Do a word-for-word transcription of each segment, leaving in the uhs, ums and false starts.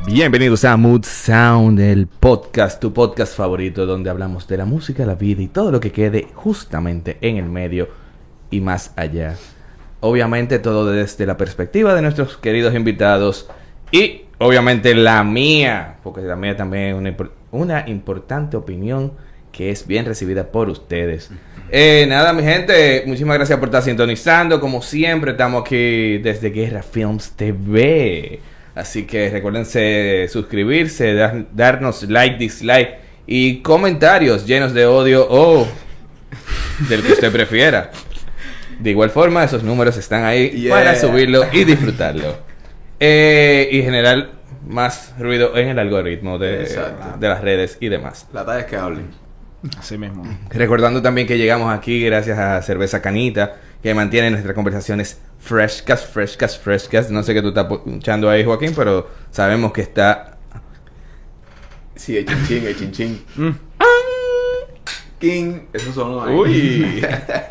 Bienvenidos a Mood Sound, el podcast, tu podcast favorito, donde hablamos de la música, la vida y todo lo que quede justamente en el medio y más allá. Obviamente todo desde la perspectiva de nuestros queridos invitados y obviamente la mía, porque la mía también es una, una importante opinión que es bien recibida por ustedes. Eh, nada, mi gente, muchísimas gracias por estar sintonizando. Como siempre, estamos aquí desde Guerra Films T V. Así que recuérdense suscribirse, dar, darnos like, dislike y comentarios llenos de odio o del que usted prefiera. De igual forma, esos números están ahí yeah. para subirlo y disfrutarlo. Eh, y generar más ruido en el algoritmo de, de las redes y demás. La talla es que hablen. Así mismo. Recordando también que llegamos aquí gracias a Cerveza Canita, que mantiene nuestras conversaciones frescas, frescas, frescas. No sé qué tú estás echando ahí, Joaquín, pero sabemos que está... Sí, el chinchín, el chinchín. Mm. King. Eso sonó ahí. Uy.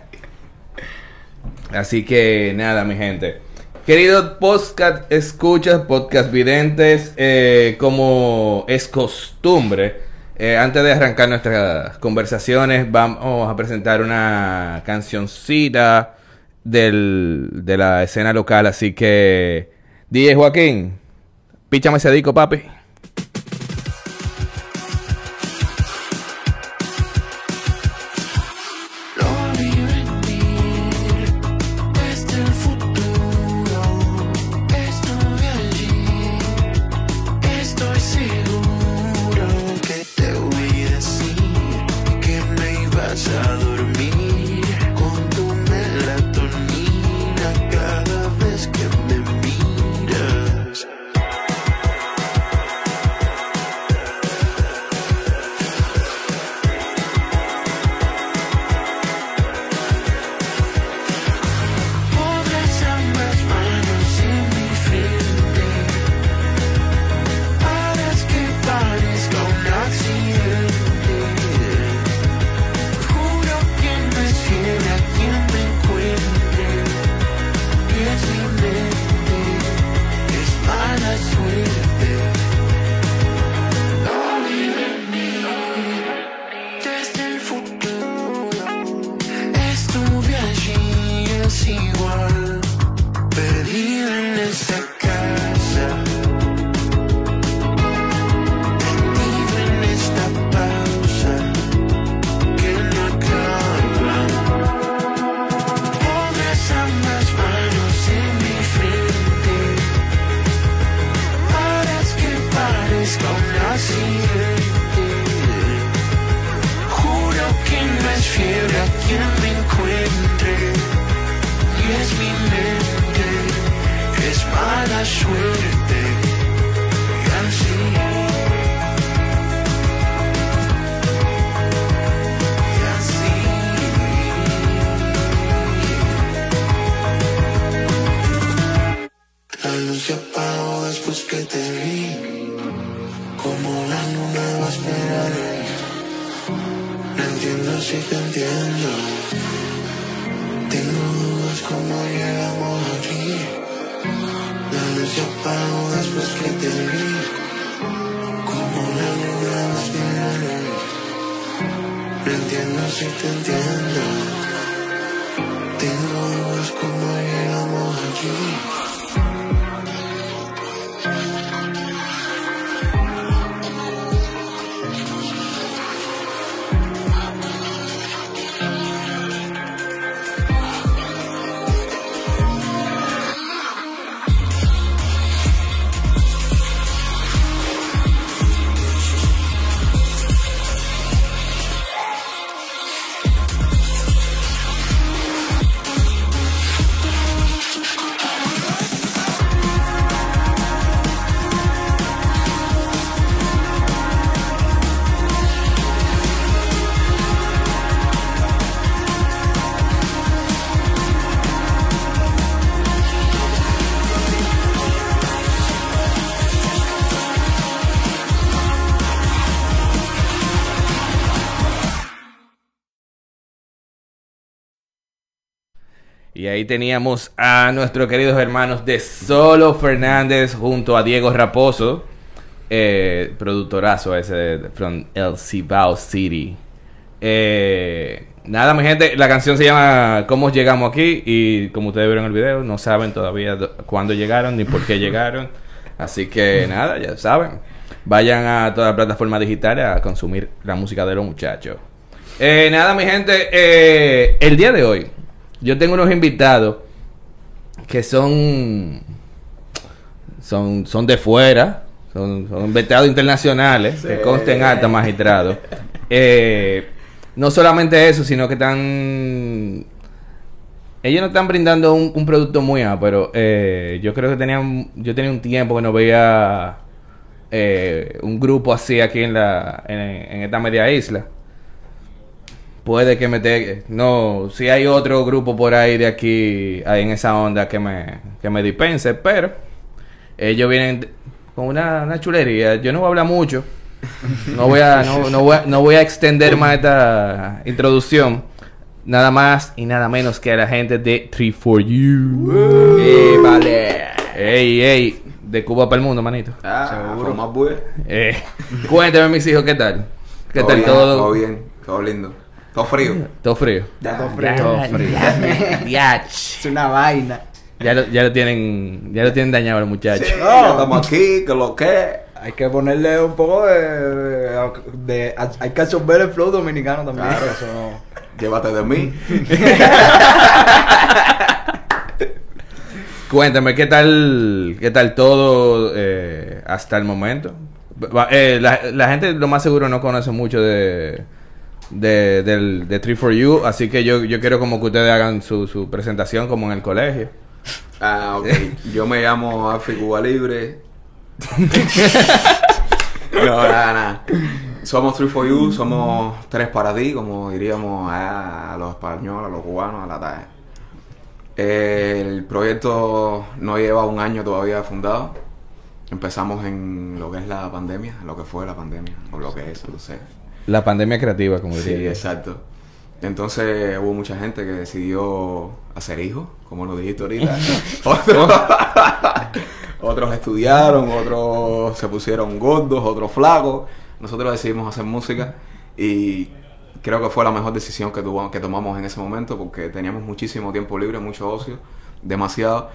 Así que nada, mi gente. Queridos podcast escuchas, podcast videntes, eh, como es costumbre, eh, antes de arrancar nuestras conversaciones, vamos a presentar una cancioncita del, de la escena local. Así que, D J Joaquín, píchame ese disco, papi. Y ahí teníamos a nuestros queridos hermanos de Solo Fernández junto a Diego Raposo Eh, productorazo ese de, de, from El Cibao City. Eh, nada, mi gente, la canción se llama ¿Cómo llegamos aquí? Y como ustedes vieron en el video, no saben todavía do- cuándo llegaron ni por qué llegaron. Así que nada, ya saben. Vayan a todas las plataformas digitales a consumir la música de los muchachos. Eh, nada, mi gente, eh, el día de hoy yo tengo unos invitados que son son son de fuera, son, son invitados internacionales, Sí. que consten alta magistrado. Eh, no solamente eso, sino que están ellos no están brindando un, un producto muy A, pero eh, yo creo que tenían yo tenía un tiempo que no veía eh, un grupo así aquí en la en, en esta media isla. Puede que me te... No, si hay otro grupo por ahí de aquí, ahí en esa onda que me, que me dispense, pero ellos vienen de- con una, una chulería. Yo no voy a hablar mucho. No voy a, no, no voy a, no voy a extender más esta introducción. Nada más y nada menos que a la gente de three for you. Eh, vale. Ey, ey, de Cuba para el mundo, manito. Ah, seguro. Más bueno. Eh, cuéntame, mis hijos, ¿qué tal? ¿Qué Todo tal bien, todo? Todo bien, todo lindo. Todo frío. Todo frío. Ya todo frío. Todo frío. Diach. Es una vaina. Ya lo, ya lo tienen, ya lo tienen dañado los muchachos. Sí, ya estamos aquí, que lo que. Hay que ponerle un poco de... de hay que absorber el flow dominicano también. Claro. Eso no... Llévate de mí. Cuéntame, ¿qué tal, qué tal todo eh, hasta el momento? Va- eh, la, la gente lo más seguro no conoce mucho de de, del, de three for you, así que yo, yo quiero como que ustedes hagan su, su presentación como en el colegio. Ah, ok. Yo me llamo Alfi Cuba Libre. No, nada, nada. Somos three for you, somos tres para ti, como diríamos a, a los españoles, a los cubanos, a la talla. El proyecto no lleva un año todavía fundado. Empezamos en lo que es la pandemia, lo que fue la pandemia, o lo que es, no sé. La pandemia creativa, como Sí, diría. exacto. Entonces hubo mucha gente que decidió hacer hijos, como lo dijiste ahorita. Otros, otros estudiaron, otros se pusieron gordos, otros flacos. Nosotros decidimos hacer música y creo que fue la mejor decisión que, tuvo, que tomamos en ese momento porque teníamos muchísimo tiempo libre, mucho ocio, demasiado.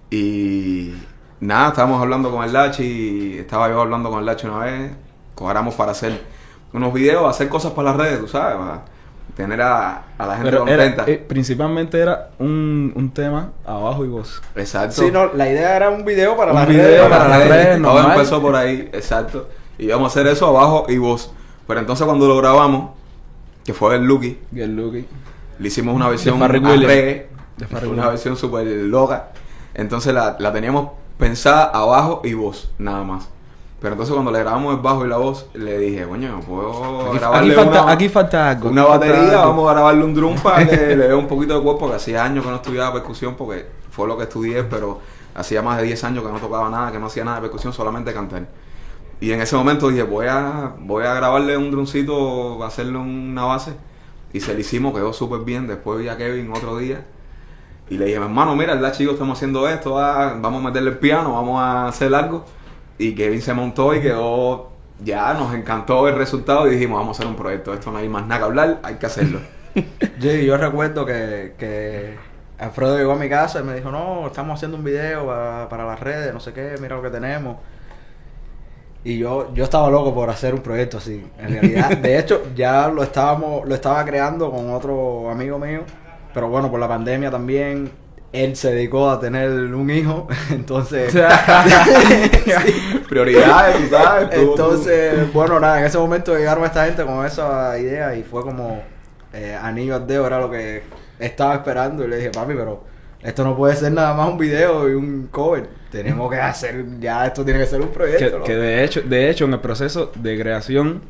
Y nada, estábamos hablando con el Lachi, estaba yo hablando con el Lachi una vez, cuadramos para hacer unos videos, hacer cosas para las redes, tú sabes, para tener a, a la gente Pero era, contenta. eh, principalmente era un, un tema abajo y voz. Exacto. Sí, no, la idea era un video para Un las video redes. para las redes, Todo normal. empezó por ahí, exacto. Y íbamos a hacer eso abajo y voz. Pero entonces cuando lo grabamos, que fue el Lucky, Get Lucky. le hicimos una versión Farrell a Williams. reggae, De Farrell una Williams. versión súper loca. Entonces la, la teníamos pensada abajo y voz, nada más. Pero entonces cuando le grabamos el bajo y la voz, le dije, coño, puedo Aquí, grabarle aquí falta, una, aquí falta algo. una aquí falta batería, algo. vamos a grabarle un drum para que le dé un poquito de cuerpo, que hacía años que no estudiaba percusión porque fue lo que estudié, pero hacía más de diez años que no tocaba nada, que no hacía nada de percusión, solamente cantar. Y en ese momento dije, voy a, voy a grabarle un drumcito, hacerle una base. Y se le hicimos, quedó súper bien. Después vi a Kevin otro día. Y le dije, hermano, mira, el chico, estamos haciendo esto, ah, vamos a meterle el piano, vamos a hacer algo. Y Kevin se montó y quedó, ya nos encantó el resultado y dijimos, vamos a hacer un proyecto, esto no hay más nada que hablar, hay que hacerlo. Yo, yo recuerdo que, que Alfredo llegó a mi casa y me dijo, no, estamos haciendo un video para, para las redes, no sé qué, mira lo que tenemos. Y yo, yo estaba loco por hacer un proyecto así. En realidad, de hecho, ya lo estábamos, lo estaba creando con otro amigo mío. Pero bueno, por la pandemia también, él se dedicó a tener un hijo. Entonces, Prioridades, tú sabes. tú- entonces, bueno, nada, en ese momento llegaron esta gente con esa idea y fue como eh, anillo al dedo, era lo que estaba esperando. Y le dije, papi, pero esto no puede ser nada más un video y un cover. Tenemos que hacer, ya esto tiene que ser un proyecto. Que, ¿no? que de hecho, de hecho, en el proceso de creación,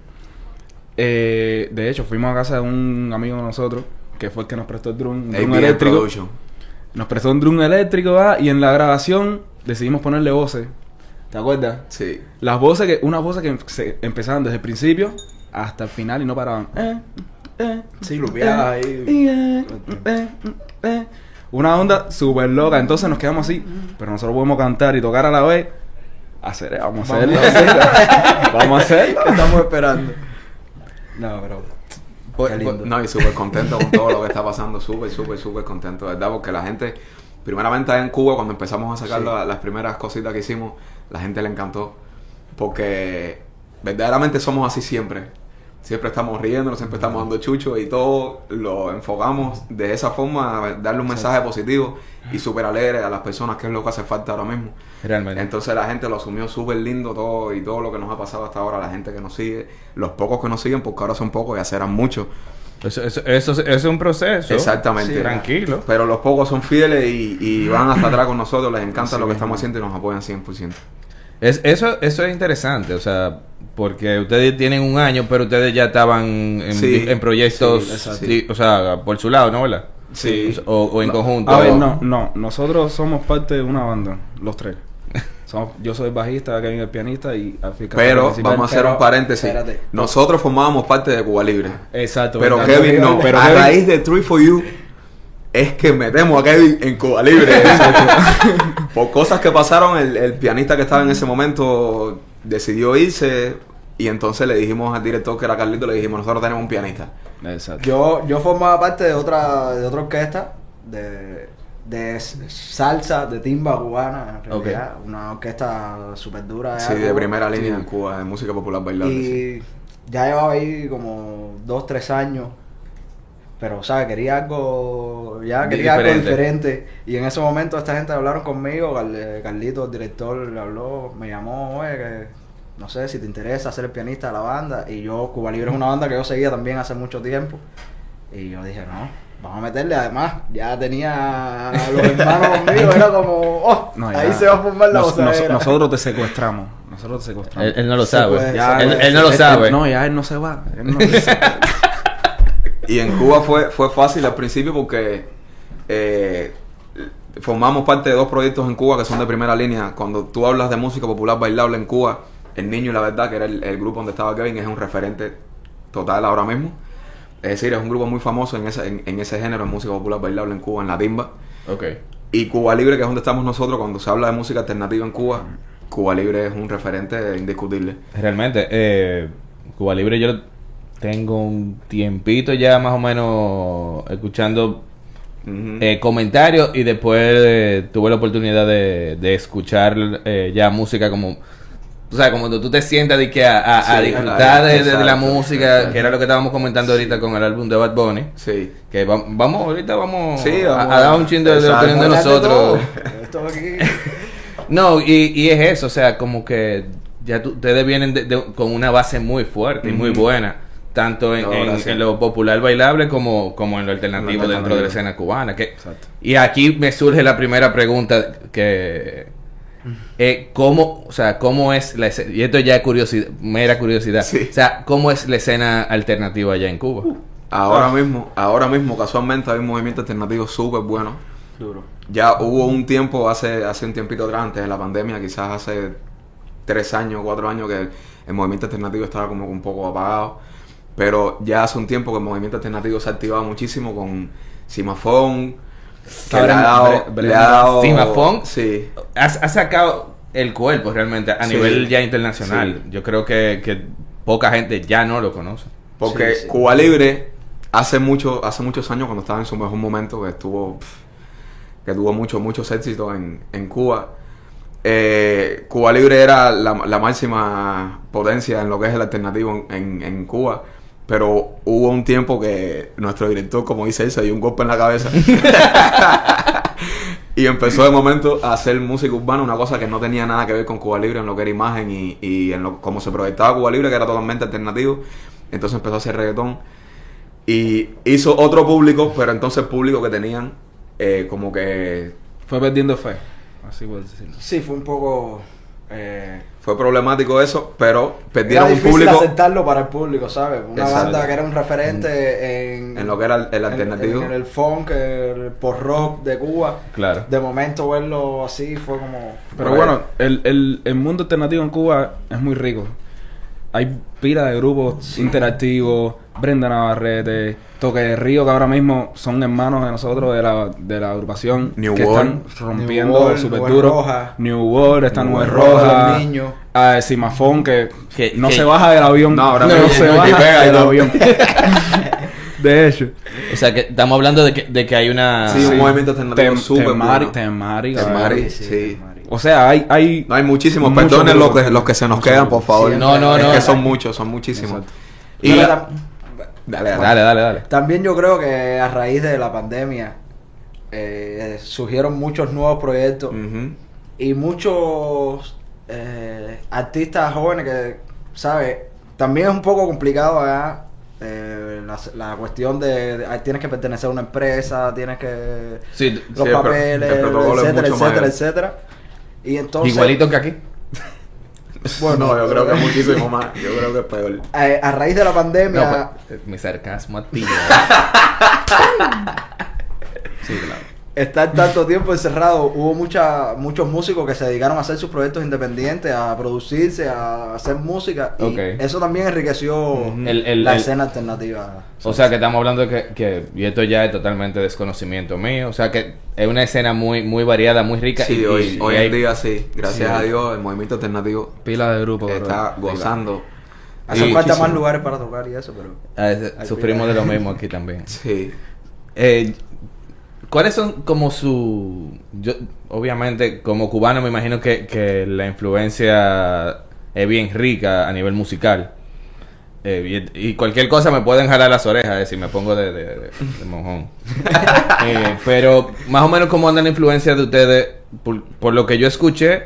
eh, de hecho, fuimos a casa de un amigo de nosotros, que fue el que nos prestó el drum, un drum A B M eléctrico. Production. Nos prestó un drum eléctrico, ¿va? Y en la grabación decidimos ponerle voces. ¿Te acuerdas? Sí. Las voces que, unas voces que se empezaban desde el principio hasta el final y no paraban. Eh, eh, Sí, lupeadas eh, ahí. eh, eh, eh. Una onda súper loca. Entonces nos quedamos así. Pero nosotros podemos cantar y tocar a la vez. Hacer, vamos a Vamos hacerlo. a hacerlo. Vamos a hacerlo. ¿Qué estamos esperando? No, pero... Pues- Qué lindo. No, y súper contento con todo lo que está pasando, súper, súper, súper contento, ¿verdad? Porque la gente, primeramente en Cuba, cuando empezamos a sacar Sí. la- las primeras cositas que hicimos, la gente le encantó. Porque verdaderamente somos así siempre. Siempre estamos riendo, siempre estamos dando chucho y todo lo enfocamos de esa forma, darle un mensaje positivo y súper alegre a las personas, que es lo que hace falta ahora mismo. Realmente. Entonces la gente lo asumió súper lindo todo y todo lo que nos ha pasado hasta ahora, la gente que nos sigue, los pocos que nos siguen, porque ahora son pocos y serán muchos. Eso, eso, eso, eso es un proceso. Exactamente. Sí, tranquilo. Pero los pocos son fieles y, y van hasta atrás con nosotros, les encanta Sí, lo que mismo. estamos haciendo y nos apoyan cien por ciento. Es, eso, eso es interesante, o sea, porque ustedes tienen un año, pero ustedes ya estaban en, Sí, en proyectos, sí, exacto. sí, o sea, por su lado, ¿no? ¿Verdad? Sí. O, o en No, conjunto. A ver, no, no. Nosotros somos parte de una banda, los tres. Somos, yo soy el bajista, Kevin el pianista y África. Pero principal. vamos a hacer pero, un paréntesis. espérate. Nosotros formábamos parte de Cuba Libre. Exacto. Pero ¿verdad? Kevin no. Pero a Kevin- raíz de Three for You es que metemos a Kevin en Cuba Libre. Por cosas que pasaron, el, el pianista que estaba en ese momento decidió irse y entonces le dijimos al director, que era Carlito, le dijimos, nosotros tenemos un pianista. Exacto. Yo, yo formaba parte de otra, de otra orquesta de, de s- salsa, de timba cubana, en realidad. Una orquesta súper dura. Sí, de Cuba. primera línea Sí. en Cuba, de música popular bailable. sí. Y ya llevaba ahí como dos, tres años. Pero, ¿sabes? Quería algo, ya Di- quería algo diferente. diferente. Y en ese momento esta gente hablaron conmigo, Carl- Carlito, el director, le habló, me llamó, oye, que no sé si te interesa ser el pianista de la banda. Y yo, Cuba Libre es una banda que yo seguía también hace mucho tiempo. Y yo dije, no, vamos a meterle. Además, ya tenía a los hermanos míos, era como, oh, No, ahí ya. se va a formar la Nos- nos- gozadera. Nosotros te secuestramos. Nosotros te secuestramos. Él, él no lo Se sabe. puede, Ya, se él, puede. él no lo Él- sabe. él- no, ya él no se va. Él no se va. Y en Cuba fue, fue fácil al principio porque eh, formamos parte de dos proyectos en Cuba que son de primera línea. Cuando tú hablas de música popular bailable en Cuba, El Niño y la Verdad, que era el, el grupo donde estaba Kevin, es un referente total ahora mismo. Es decir, es un grupo muy famoso en ese, en, en ese género, en música popular bailable en Cuba, en la timba. Ok. Y Cuba Libre, que es donde estamos nosotros, cuando se habla de música alternativa en Cuba, Cuba Libre es un referente indiscutible. Realmente, eh, Cuba Libre yo tengo un tiempito ya más o menos escuchando Ujú. eh, comentarios y después eh, tuve la oportunidad de, de escuchar eh, ya música como, o sea, como tú te sientas de que a, a- a Sí, disfrutar de, de- de la exacto, música, exacto. que era lo que estábamos comentando ahorita con el álbum de Bad Bunny. Sí. Que va- vamos, ahorita vamos, Sí, a- vamos a, dar un chin de, de exacto. opinión de Hablar de nosotros. todo. Esto aquí. No, y, y es eso, o sea, como que ya tú- ustedes vienen de- de- con una base muy fuerte y muy Ujú. buena, tanto en, No, en- gracias. en lo popular bailable como, como en lo alternativo Lo dentro de la alternativo. escena cubana. Que, Exacto. y aquí me surge la primera pregunta que eh, ¿cómo, o sea, cómo es la escena? Y esto ya es curiosidad, mera curiosidad. Sí. O sea, ¿cómo es la escena alternativa allá en Cuba? Ahora Ah. mismo, ahora mismo, casualmente hay un movimiento alternativo súper bueno. Duro. Ya hubo un tiempo, hace, hace un tiempito atrás, antes de la pandemia, quizás hace tres años, cuatro años, que el, el movimiento alternativo estaba como un poco apagado. Pero ya hace un tiempo que el movimiento alternativo se ha activado muchísimo con Simafón, que le ha Cabrón, dado... bre- le ha dado Simafón. Sí. Has, has sacado el cuerpo realmente a Sí. nivel ya internacional. Sí. Yo creo que, que poca gente ya no lo conoce. Porque Sí, sí. Cuba Libre, hace mucho, hace muchos años, cuando estaba en su mejor momento, que estuvo, pf, que tuvo mucho, muchos éxitos en, en Cuba, eh, Cuba Libre era la, la máxima potencia en lo que es el alternativo en, en, en Cuba. Pero hubo un tiempo que nuestro director, como dice él, se dio un golpe en la cabeza. Y empezó de momento a hacer música urbana, una cosa que no tenía nada que ver con Cuba Libre en lo que era imagen y, y en lo, cómo se proyectaba Cuba Libre, que era totalmente alternativo. Entonces empezó a hacer reggaetón y hizo otro público, pero entonces público que tenían eh, como que Fue perdiendo fe. Así puedo decirlo. Sí, fue un poco... Eh, fue problemático eso, pero era perdieron un difícil público aceptarlo para el público, ¿sabes? Una Exacto. banda que era un referente en... en lo que era el, el alternativo. En, en el funk, el post-rock de Cuba. Claro. De momento verlo así fue como... Pero Bueno. bueno, el, el, el mundo alternativo en Cuba es muy rico. hay pila de grupos Sí. interactivos, Brenda Navarrete, Toque de Río, que ahora mismo son hermanos de nosotros de la, de la agrupación, New que World. están rompiendo New World, súper Nube duro. Roja. New World, está Nube Nube Roja, Roja, Los Niños. ah, Simafón, que, Que- no que- se baja del avión. No, ahora no mismo se y baja pega y del todo. avión. De hecho. O sea, que estamos hablando de que, de que hay una... Sí, un movimiento alternativo Tem- súper Temari, bueno. Temari, Temari, cabrón. sí. O sea, hay... hay No hay muchísimos, muchos perdonen los grupos. que, los que se nos Muchos quedan, por grupos. favor. Sí, No, no, es no. que son muchos, son muchísimos. Exacto. Y Pero la- tam- Dale, dale. Dale, dale, dale. También yo creo que a raíz de la pandemia eh, surgieron muchos nuevos proyectos Ujú. y muchos eh, artistas jóvenes que, ¿sabes? También es un poco complicado acá eh, la, la cuestión de, de- ah, tienes que pertenecer a una empresa, tienes que... Sí, los Sí, el pro- papeles, el protocolo es etcétera, mucho etcétera, mayor. etcétera. Y entonces... igualito que aquí. Bueno, no, yo creo que es muchísimo más. Yo creo que es peor. A, a raíz de la pandemia... No, pues, mi sarcasmo a ti. Sí, claro. estar tanto tiempo encerrado, hubo mucha, muchos músicos que se dedicaron a hacer sus proyectos independientes, a producirse, a hacer música. Y Ok. eso también enriqueció El- el- la el- escena alternativa. O sea, que estamos hablando de que, que... Y esto ya es totalmente desconocimiento mío. O sea, que es una escena muy muy variada, muy rica. Sí, y, hoy, y- hoy y hay- en día sí. Gracias Sí. a Dios, el movimiento alternativo Pila de grupos. está bro. gozando. Hacen Y- falta muchísimo. más lugares para tocar y eso, pero... Ah, es- Hay sufrimos de cuidado. lo mismo aquí también. Sí. Eh, ¿Cuáles son como su... Yo, obviamente, como cubano me imagino que, que la influencia es bien rica a nivel musical. Eh, y, y cualquier cosa me pueden jalar las orejas eh, si me pongo de, de, de- de mojón. Eh, pero más o menos cómo anda la influencia de ustedes, por, por lo que yo escuché,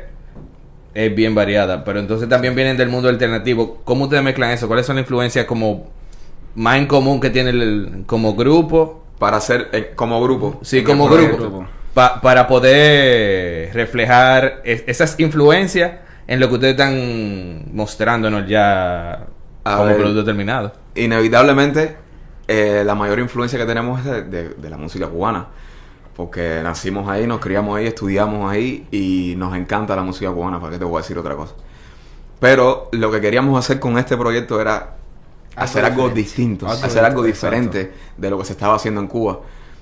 es bien variada. Pero entonces también vienen del mundo alternativo. ¿Cómo ustedes mezclan eso? ¿Cuáles son las influencias como más en común que tienen el- como grupo? Para hacer eh, como grupo. Sí, en el como proyecto. grupo. Pa- para poder reflejar es- esas influencias en lo que ustedes están mostrándonos ya A como ver. producto terminado. Inevitablemente, eh, la mayor influencia que tenemos es de, de- de la música cubana. Porque nacimos ahí, nos criamos ahí, estudiamos ahí y nos encanta la música cubana, ¿para qué te voy a decir otra cosa? Pero lo que queríamos hacer con este proyecto era hacer algo diferente. distinto, Algo hacer algo diferente, diferente de lo que se estaba haciendo en Cuba.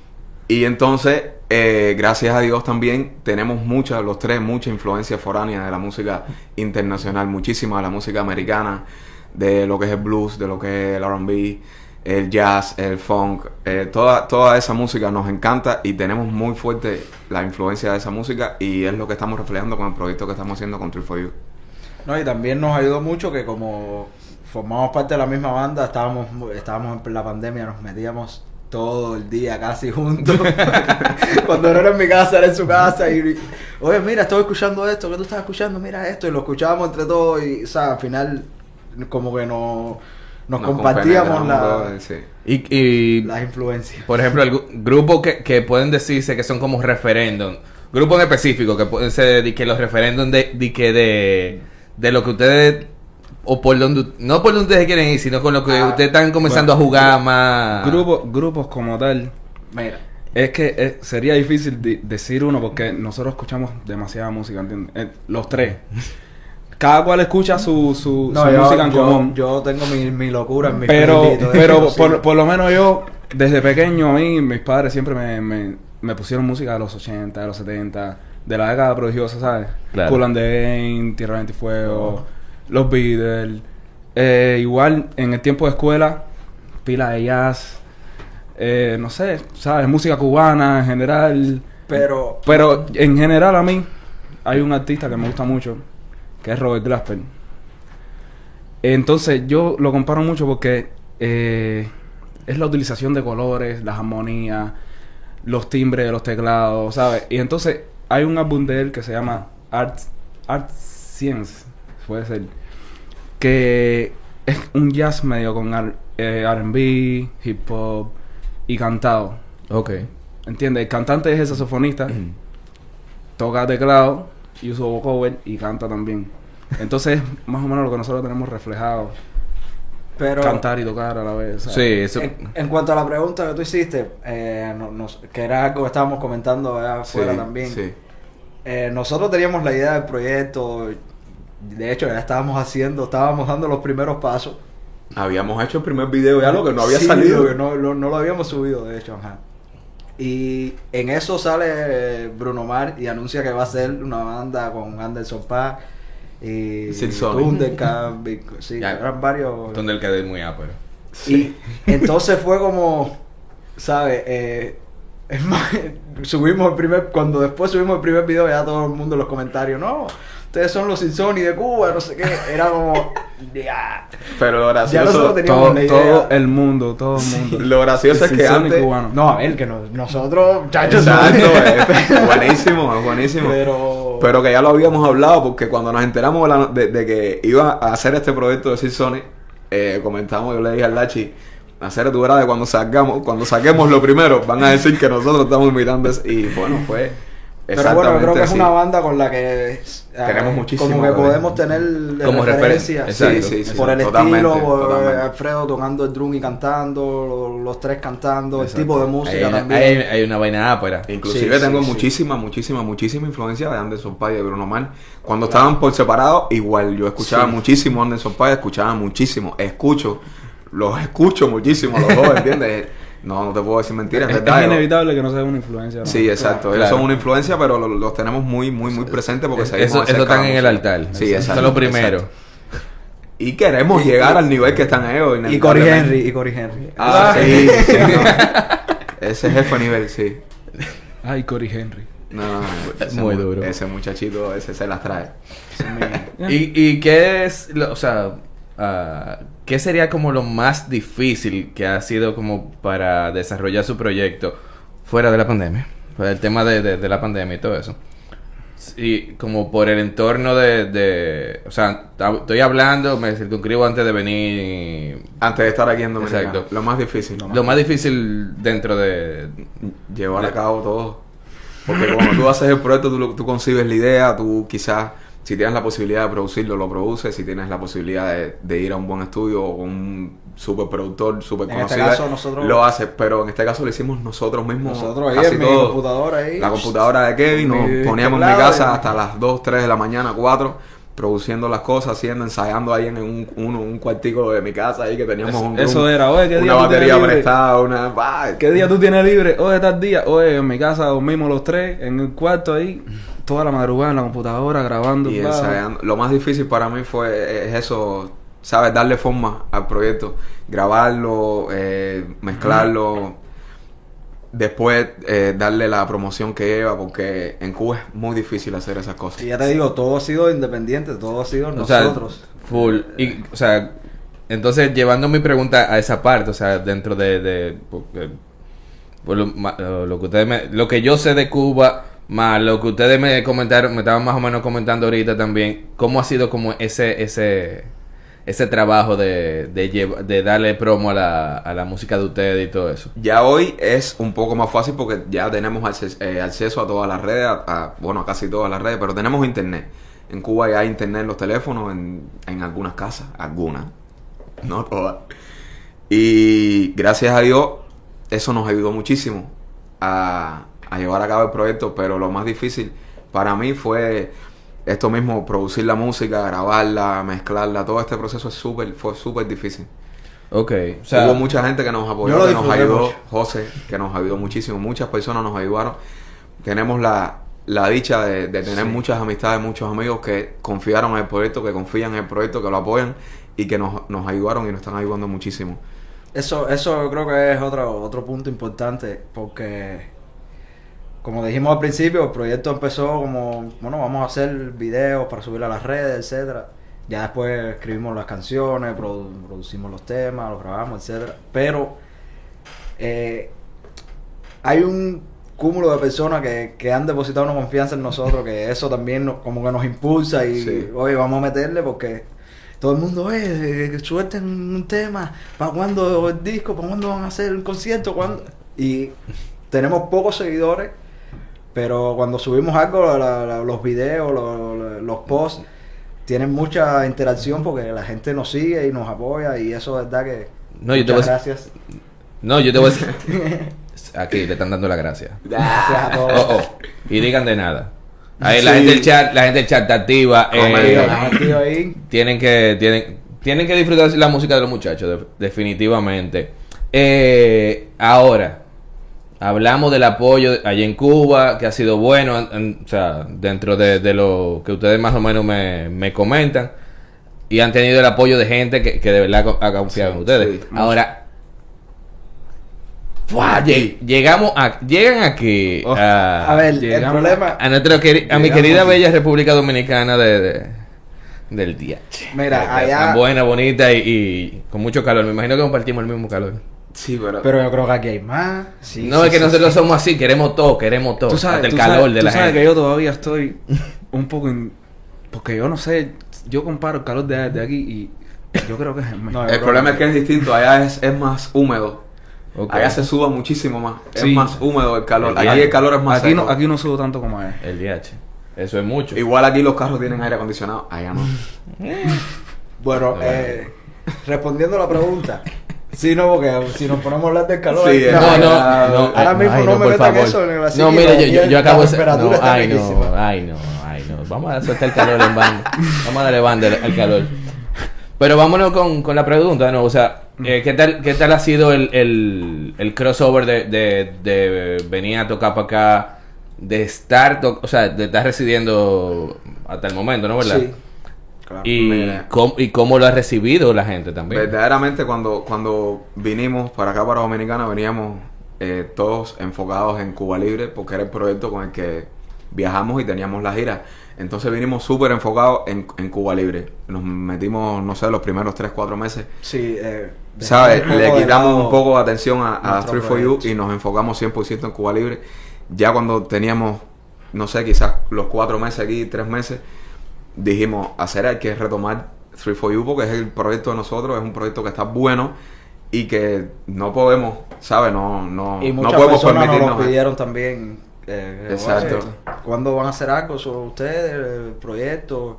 Y entonces, eh, gracias a Dios también tenemos mucha, los tres, mucha influencia foránea de la música internacional, muchísima de la música americana, de lo que es el blues, de lo que es el R and B, el jazz, el funk, eh, toda, toda esa música nos encanta y tenemos muy fuerte la influencia de esa música y es lo que estamos reflejando con el proyecto que estamos haciendo con True for You. No, y también nos ayudó mucho que como formamos parte de la misma banda, estábamos estábamos en la pandemia, nos metíamos todo el día casi juntos. Cuando no era en mi casa, era en su casa. Y, oye, mira, estoy escuchando esto, ¿qué tú estás escuchando? Mira esto. Y lo escuchábamos entre todos y, o sea, al final como que nos, nos, compartíamos compenetramos, la- sí. Y, y las influencias. por ejemplo, el gru- grupos que, que pueden decirse que son como referéndum. Grupos en específico que pueden ser de que los referéndum de, de que de, de lo que ustedes o por donde no por donde ustedes quieren ir, sino con lo que Ah, ustedes están comenzando bueno, a jugar más. Grupos, grupos como tal. Mira, Es que eh, sería difícil de- decir uno porque nosotros escuchamos demasiada música, ¿entiendes? Eh, los tres. Cada cual escucha su, su, no, su yo, música en yo- común. yo tengo mi, mi locura en mi pero playlist y todo pero eso, sí. por, por lo menos yo, desde pequeño, a mí, mis padres siempre me, me, me pusieron música de los ochenta, de los setenta, de la década prodigiosa, ¿sabes? Claro. Kool and the Gang, Tierra, Viento y Fuego, los Beatles. Eh, igual, en el tiempo de escuela, pila de jazz, eh, no sé, ¿sabes? Música cubana en general. Pero, Pero en general a mí hay un artista que me gusta mucho, que es Robert Glasper. Entonces yo lo comparo mucho porque eh, es la utilización de colores, las armonías, los timbres de los teclados, ¿sabes? Y entonces hay un álbum de él que se llama Art, Art Science, puede ser, que es un jazz medio con R eh, R and B, hip hop y cantado. Ok. ¿Entiendes? El cantante es el saxofonista, toca teclado y usa vocoder y canta también. Entonces, más o menos lo que nosotros tenemos reflejado. pero Cantar y tocar a la vez. ¿sabes? Sí, eso. En, en cuanto a la pregunta que tú hiciste, eh, no- nos- que era algo que estábamos comentando allá afuera Sí, también. sí. Eh, nosotros teníamos la idea del proyecto De hecho, ya estábamos haciendo, estábamos dando los primeros pasos. Habíamos hecho el primer video ya, lo que no había Sí, salido. lo que no, lo- no lo habíamos subido, de hecho, ajá. Y en eso sale Bruno Mars y anuncia que va a hacer una banda con Anderson .Paak y Silsonic. Thundercat, y- sí, Ya. eran varios. Donde el quedé muy ápero. Y entonces fue como, ¿sabes? Eh, es más, subimos el primer, cuando después subimos el primer video, ya todo el mundo en los comentarios, no, ustedes son los Silsonic de Cuba, no sé qué, era como, ya, Pero lo ya gracioso, nosotros teníamos Todo, la idea. todo el mundo, todo el mundo. lo gracioso es que Silsonic antes... cubano. No, a ver, que no- nosotros, muchachos, Exacto, es buenísimo, es buenísimo. pero, Pero que ya lo habíamos hablado, porque cuando nos enteramos de, la- de- de que iba a hacer este proyecto de Silsonic, eh, comentamos, yo le dije al Lachi, hacer tu verdad de cuando sacamos, cuando saquemos lo primero, van a decir que nosotros estamos imitando eso. Y bueno, fue pero exactamente bueno, creo que es así. una banda con la que eh, Tenemos muchísimo como que que ver. podemos tener de Como referencia, referencia, Sí, exacto. sí, sí, por el totalmente, estilo, por totalmente. Alfredo tocando el drum y cantando, los, los tres cantando, Exacto. el tipo de Hay música una, también. hay, hay una vaina ápera. Inclusive Sí, tengo sí, sí. muchísima, muchísima, muchísima influencia de Anderson .Paak y de Bruno Mars. Cuando estaban por separado, igual yo escuchaba Sí. muchísimo a Anderson .Paak, escuchaba muchísimo, escucho, los escucho muchísimo los dos, ¿entiendes? No, no te puedo decir mentiras, Es, es verdad. es yo- inevitable que no sea una influencia. ¿no? Sí, exacto. Claro. Ellos son una influencia, pero lo- los tenemos muy, muy, muy presentes porque seguimos Eso, de eso cerca están la en el música. altar. Sí, Eso exacto. es lo primero. exacto. Y queremos llegar al nivel que están ellos. Y Cory inevitablemente. Henry, y Cory Henry. Ah, sí, sí, no. Ese jefe a nivel, sí. Ay, Cory Henry. No, no, no, ese Muy mu- duro. Ese muchachito, ese se las trae. Ese es mi- ¿Y, y qué es, lo- o sea, ah, qué sería como lo más difícil que ha sido como para desarrollar su proyecto fuera de la pandemia? Por el tema de, de, de la pandemia y todo eso. Y como por el entorno de, de o sea, ta- estoy hablando, me circunscribo antes de venir. Antes de estar aquí en Dominicana, Exacto. lo más difícil. Lo más difícil dentro de... Llevar a cabo todo. Porque cuando tú haces el proyecto, tú, lo- tú concibes la idea, tú quizás, si tienes la posibilidad de producirlo, lo produces, si tienes la posibilidad de, de ir a un buen estudio o con un superproductor, super En este conocido, caso, nosotros- lo haces, pero en este caso lo hicimos nosotros mismos. Nosotros ahí casi en mi todo. computadora ahí. La computadora de Kevin, Mi nos poníamos en mi teclado casa y- hasta las dos, tres de la mañana, cuatro, produciendo las cosas, haciendo, ensayando ahí en un, uno, un cuartico de mi casa ahí que teníamos un, Eso un- era, oye, ¿qué día una tú tienes batería libre? prestada, una... bah, ¿Qué día tú tienes libre? Oye, tal día. Oye, en mi casa dormimos los tres, en el cuarto ahí, toda la madrugada en la computadora, grabando. Y bla. ensayando. Lo más difícil para mí fue es eso, ¿sabes? Darle forma al proyecto. Grabarlo, eh, mezclarlo. Después eh, darle la promoción que lleva, porque en Cuba es muy difícil hacer esas cosas. Y ya te digo, todo ha sido independiente, todo ha sido O sea, nosotros. full. Y, o sea, entonces llevando mi pregunta a esa parte, o sea, dentro de, de porque, por lo, ma- lo- lo que ustedes me, lo que yo sé de Cuba, más lo que ustedes me comentaron, me estaban más o menos comentando ahorita también, cómo ha sido como ese, ese, ese trabajo de, de, lleva- de darle promo a la, a la música de ustedes y todo eso. Ya hoy es un poco más fácil porque ya tenemos acces- eh, acceso a todas las redes, a, a- bueno, a casi todas las redes, pero tenemos internet. En Cuba ya hay internet en los teléfonos, en, en algunas casas, algunas, no todas. Y gracias a Dios, eso nos ayudó muchísimo a, a llevar a cabo el proyecto, pero lo más difícil para mí fue esto mismo, producir la música, grabarla, mezclarla, todo este proceso es súper, fue súper difícil. Ok, o sea, Hubo mucha gente que nos apoyó, yo lo que nos disfruté ayudó, mucho. José, que nos ayudó muchísimo, muchas personas nos ayudaron. Tenemos la, la dicha de, de tener Sí. muchas amistades, muchos amigos que confiaron en el proyecto, que confían en el proyecto, que lo apoyan y que nos, nos ayudaron y nos están ayudando muchísimo. Eso, eso creo que es otro, otro punto importante, porque como dijimos al principio, el proyecto empezó como, bueno, vamos a hacer videos para subir a las redes, etcétera. Ya después escribimos las canciones, produ- producimos los temas, los grabamos, etcétera. Pero eh, hay un cúmulo de personas que, que han depositado una confianza en nosotros, que eso también nos- como que nos impulsa y, Sí. oye, vamos a meterle porque todo el mundo, eh, suelten un tema, ¿para cuándo el disco? ¿Para cuándo van a hacer el concierto? ¿Cuándo? Y tenemos pocos seguidores, pero cuando subimos algo, la- la- los videos, lo- lo- los posts, tienen mucha interacción porque la gente nos sigue y nos apoya y eso es verdad que... No, yo te muchas voy a decir- gracias. no, yo te voy a decir, aquí le están dando la gracia. Gracias a todos. Oh, oh. Y digan de nada. Ahí la Sí. gente del chat, la gente del chat está activa. eh, Comenta. Estamos activos ahí. tienen que tienen tienen que disfrutar la música de los muchachos, de- definitivamente. Eh, ahora hablamos del apoyo allá en Cuba, que ha sido bueno, en- en- o sea, dentro de, de lo que ustedes más o menos me, me comentan, y han tenido el apoyo de gente que, que de verdad co- ha confiado en ustedes. sí, Ahora, ¡fua! Lleg- llegamos a, llegan aquí Oh, a, A ver, el llegamos problema... a, nuestro queri- a mi llegamos querida aquí. bella República Dominicana de, de- del D H. Mira, Eh, allá- Tan buena, bonita y, y con mucho calor. Me imagino que compartimos el mismo calor. Sí, pero... Pero yo creo que aquí hay más. Sí, no, sí, es que sí, nosotros sí. somos así, queremos todo, queremos todo. Tú sabes, hasta el tú calor sabes, de tú la sabes gente. que yo todavía estoy un poco... in- Porque yo no sé, yo comparo el calor de, de aquí y yo creo que es el No, mejor. yo El problema es que es distinto, allá es, es más húmedo. Ok. Allá se suba muchísimo más. Sí. Es más húmedo el calor. El Aquí día- el calor es más Aquí seco. no, aquí no subo tanto como allá. El D H. Eso es mucho. Igual aquí los carros tienen aire acondicionado. Allá no. Bueno, eh, respondiendo a la pregunta. Sí, no, porque si nos ponemos a hablar del calor... Sí, ahí- eh, No, no, no. Ahora ay, mismo ay, no me por metan favor. eso en la No, psique, mire, yo, aquí yo, yo la acabo de... temperatura No, está ay, no, riquísima. ay, no, ay, no. Vamos a soltar el calor en banda. Vamos a darle banda al al calor. Pero vámonos con, con la pregunta de nuevo. O sea, eh, ¿qué tal qué tal ha sido el, el, el crossover de, de, de venir a tocar para acá? De estar, to- o sea, de estar residiendo hasta el momento, ¿no? ¿Verdad? Sí. Claro. Y, Mira. cómo, y cómo lo ha recibido la gente también. Verdaderamente cuando, cuando vinimos para acá, para Dominicana, veníamos eh, todos enfocados en Cuba Libre, porque era el proyecto con el que viajamos y teníamos la gira. Entonces vinimos súper enfocados en, en Cuba Libre. Nos metimos, no sé, los primeros tres, cuatro meses. Sí, eh, ¿Sabes? dejamos un Le poco de quitamos lado un poco de atención a, a nuestro three for you proyecto. y nos enfocamos cien por ciento en Cuba Libre. Ya cuando teníamos, no sé, quizás los cuatro meses aquí, tres meses, dijimos, hacer hay que retomar three for you porque es el proyecto de nosotros, es un proyecto que está bueno y que no podemos, ¿sabes? No, no, Y no muchas podemos personas nos lo permitirnos. pidieron también. Eh, Exacto. oye, ¿cuándo van a hacer algo sobre ustedes, el proyecto?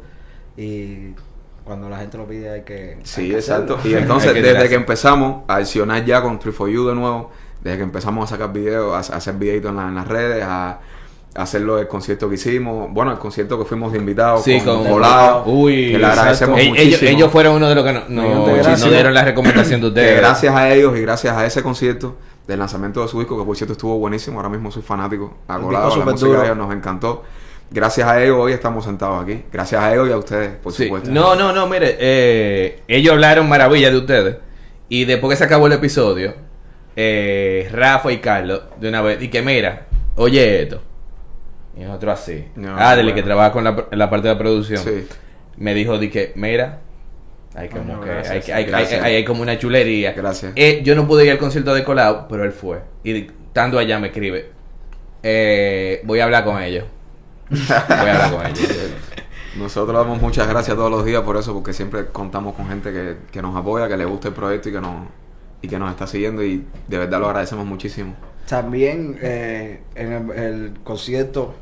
Y cuando la gente lo pide hay que... hay Sí, que exacto. hacerlo. Y entonces, Hay que desde tirarse. que empezamos a accionar ya con three for you de nuevo, desde que empezamos a sacar videos, a, a hacer videitos en, la- en las redes, a, a hacerlo el concierto que hicimos, bueno, el concierto que fuimos de invitados Sí, con, con Volado, Uy, que le agradecemos Ell- muchísimo. ellos, ellos fueron uno de los que no- Millón no- de nos gracias. dieron la recomendación de Que ustedes. gracias a ellos y gracias a ese concierto del lanzamiento de su disco, que por cierto estuvo buenísimo, ahora mismo soy fanático, El acolado, disco la súper música de duro. ellos nos encantó. Gracias a ellos hoy estamos sentados aquí. Gracias a ellos y a ustedes, por Sí. supuesto. No, no, no, mire, eh, ellos hablaron maravilla de ustedes. Y después que se acabó el episodio, eh, Rafa y Carlos, de una vez, y que mira, oye esto. Y nosotros así. No, Adeli, bueno. que trabaja con la, la parte de la producción, Sí. me dijo, di que, mira, hay como Bueno, que, gracias. hay, que- hay, Gracias. hay- hay- hay como una chulería. Gracias. Eh, yo no pude ir al concierto de Colau, pero él fue. Y estando allá me escribe, eh, voy a hablar con ellos. Voy a hablar con ellos. Nosotros damos muchas gracias todos los días por eso, porque siempre contamos con gente que, que nos apoya, que le gusta el proyecto y que nos, y que nos está siguiendo y de verdad lo agradecemos muchísimo. También eh, en el, el concierto,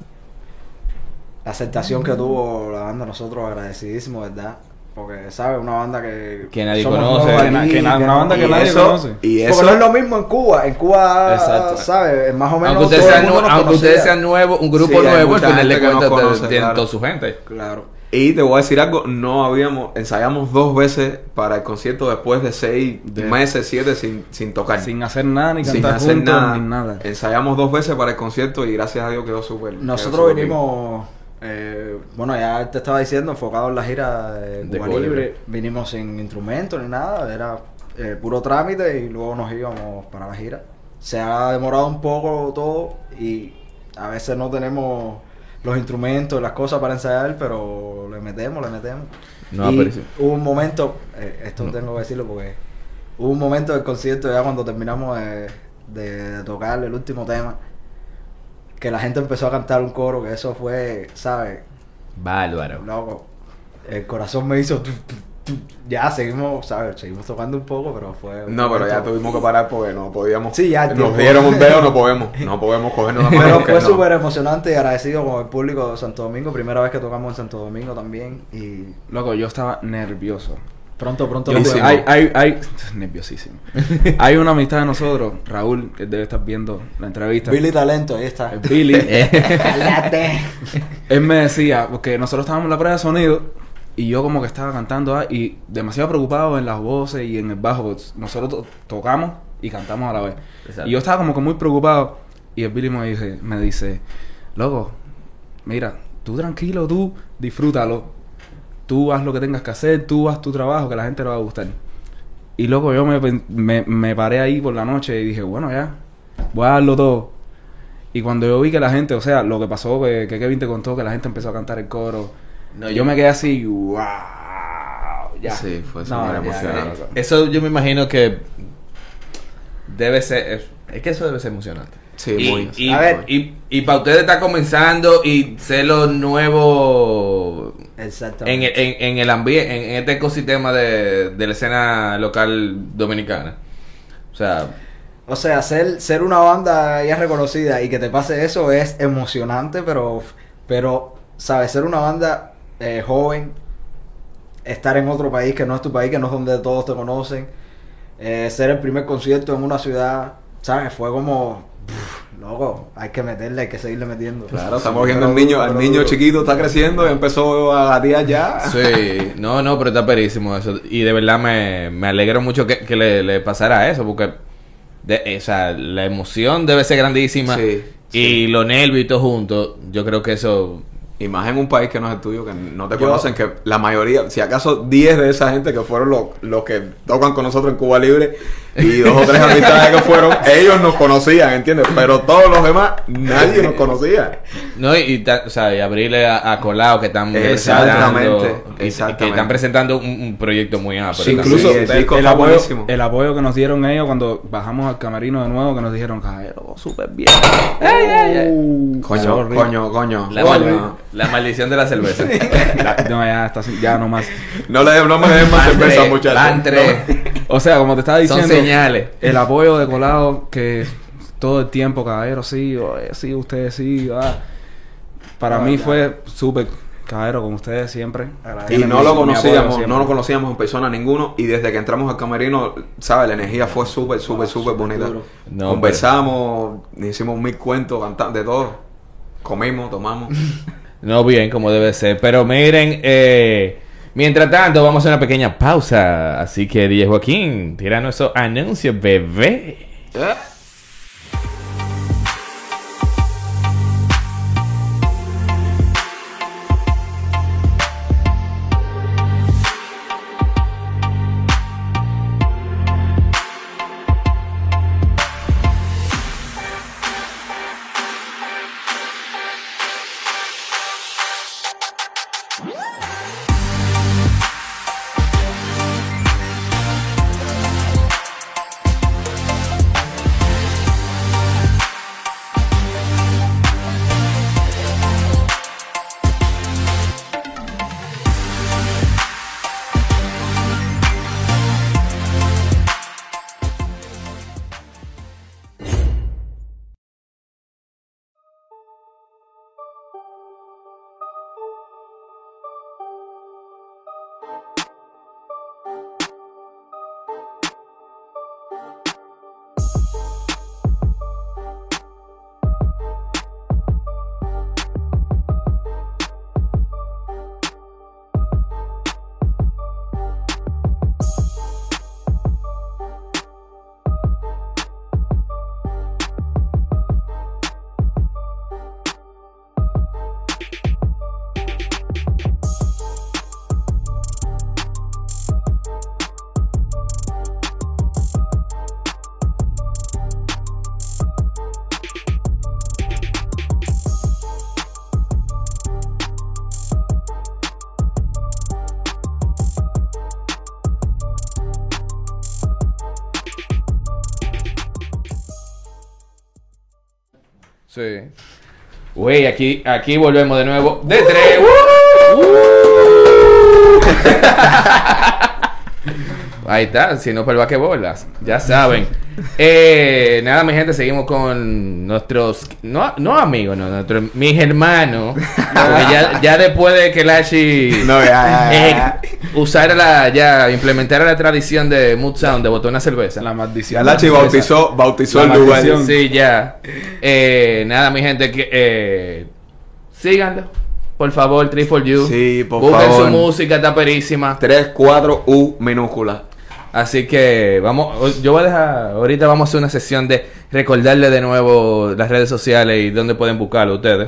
la aceptación que tuvo la banda, nosotros agradecidísimos, ¿verdad? Porque, ¿sabes? Una banda que... Que nadie somos conoce. nuevos Que na- aquí, que na- una banda no- que Y nadie eso- conoce. Y Porque eso no es lo mismo en Cuba. En Cuba, Exacto. ¿sabes? Más o menos Aunque ustedes todo el sean, mundo nu- nos aunque conocía. ustedes sean nuevos, un grupo Sí, hay nuevo, al mucha final de gente que nos cuentas te- conoce, tienen claro. toda su gente. Claro. Y te voy a decir algo, no habíamos, ensayamos dos veces para el concierto después de seis De- meses, siete sin, sin tocar. Sin hacer nada, ni Sin cantar hacer juntos, nada. ni nada. Ensayamos dos veces para el concierto y gracias a Dios quedó súper. quedó Nosotros súper bien. vinimos, eh, bueno, ya te estaba diciendo, enfocado en la gira de De Cuba Cuba Libre. Libre. Vinimos sin instrumentos ni nada, era eh, puro trámite y luego nos íbamos para la gira. Se ha demorado un poco todo y a veces no tenemos los instrumentos, las cosas para ensayar, pero le metemos, le metemos. No, y pero sí. hubo un momento, eh, esto No. tengo que decirlo porque hubo un momento del concierto ya cuando terminamos de, de- de tocar el último tema, que la gente empezó a cantar un coro, que eso fue, ¿sabes? Bárbaro. Loco, el corazón me hizo... tu, tu, tu. Ya seguimos, ¿sabes? Seguimos tocando un poco, pero fue... un No, pero ya momento- tuvimos que parar porque no podíamos. Sí, ya, Nos tiempo. dieron un dedo, no podemos. No podemos cogernos la mano. Pero porque fue no. súper emocionante y agradecido con el público de Santo Domingo. Primera vez que tocamos en Santo Domingo también. Y Loco, yo estaba nervioso. Pronto, pronto. Yo- lo Buenísimo. vemos. hay, hay, hay, nerviosísimo. Hay una amistad de nosotros, Raúl, que debe estar viendo la entrevista. Billy Talento, ahí está. Eh, Billy. Cállate. Él me decía, porque nosotros estábamos en la prueba de sonido y yo como que estaba cantando ah, y demasiado preocupado en las voces y en el bajo. Pues, nosotros to- tocamos y cantamos a la vez. Exacto. Y yo estaba como que muy preocupado y el Billy me dice, me dice, loco, mira, tú tranquilo, tú disfrútalo. Tú haz lo que tengas que hacer, tú haz tu trabajo, que a la gente le va a gustar. Y loco, yo me, me, me paré ahí por la noche y dije, bueno, ya, voy a darlo todo. Y cuando yo vi que la gente, o sea, lo que pasó, que, que Kevin te contó, que la gente empezó a cantar el coro, No, yo yo- me quedé así, wow, ya. Sí, fue No, súper ya, emocionante. ya, ya. Eso yo me imagino que debe ser... Es, es que eso debe ser emocionante. Sí, y, muy. Y, A ver. y, y para ustedes está comenzando y ser lo nuevo en, Exactamente. el- en, en el ambiente, en este ecosistema de, de la escena local dominicana. O sea, O sea, ser, ser una banda ya reconocida y que te pase eso es emocionante, pero, pero ¿sabes? Ser una banda eh, joven, estar en otro país que no es tu país, que no es donde todos te conocen, eh, ser el primer concierto en una ciudad, ¿sabes? Fue como, pff, loco, hay que meterle, hay que seguirle metiendo. Claro, estamos viendo al niño, al niño chiquito está creciendo y empezó a gatear ya. sí, no, no, pero está perísimo eso. Y de verdad me, me alegro mucho que, que le, le pasara eso, porque de, o sea, la emoción debe ser grandísima. Sí, Y los nervios y todo juntos, yo creo que eso... Y más en un país que no es el tuyo, que no te Yo- conocen, que la mayoría, si acaso diez de esa gente que fueron los, los que tocan con nosotros en Cuba Libre y dos o tres amistades que fueron, ellos nos conocían, ¿entiendes? Pero todos los demás, nadie nos conocía. No, y, y ta- o sea, y abrirle a, a Colado que están Exactamente, presentando, que- exactamente. que están presentando un, un proyecto muy amplio. Sí, Incluso Sí, el el, disco el está apoyo, buenísimo. el apoyo que nos dieron ellos cuando bajamos al camerino de nuevo, que nos dijeron, Jaero, súper bien. Ay, ay, ay. Uh, Coño, sorry. coño, coño. La, coño. mal- la maldición de la cerveza. La- no, ya, está, así, ya no más. No, le, no me dejen más Van cerveza, tres, muchachos. van tres. O sea, como te estaba Son diciendo, señales. el apoyo de Colado que todo el tiempo, caballero, sí, oye, sí, ustedes sí, ah. Para No, mí ya. fue súper, caballero, con ustedes siempre. Agradezco. Y Tienen no mi- lo mi apoyo conocíamos, siempre. no lo conocíamos en persona ninguno. Y desde que entramos al camerino, ¿sabes? La energía fue súper, súper, súper bonita. duro. No, Conversamos, hicimos mil cuentos, cantamos, de todo. Comimos, tomamos. No bien, como debe ser. Pero miren, eh, mientras tanto, vamos a hacer una pequeña pausa. Así que, D J Joaquín, tira nuestro anuncio, bebé. ¿Eh? Sí. Güey, aquí, aquí volvemos de nuevo. De tres. Ahí está, si no, para el bolas. Ya saben. Eh, nada, mi gente, seguimos con nuestros. No, no amigos, no, nuestros, mis hermanos. Porque ya, ya después de que Lachi No, ya, ya, ya, ya. eh, usara la. Ya implementara la tradición de Mood Sound de botar una cerveza. La maldición. Ya Lachi bautizó, bautizó La el lugar. maldición. Sí, ya. Eh, nada, mi gente, que eh, síganlo. Por favor, Three for You. Sí, por Busquen favor. su música, está perísima. tres, cuatro, U minúscula. Así que vamos, yo voy a dejar, ahorita vamos a hacer una sesión de recordarle de nuevo las redes sociales y dónde pueden buscarlo ustedes.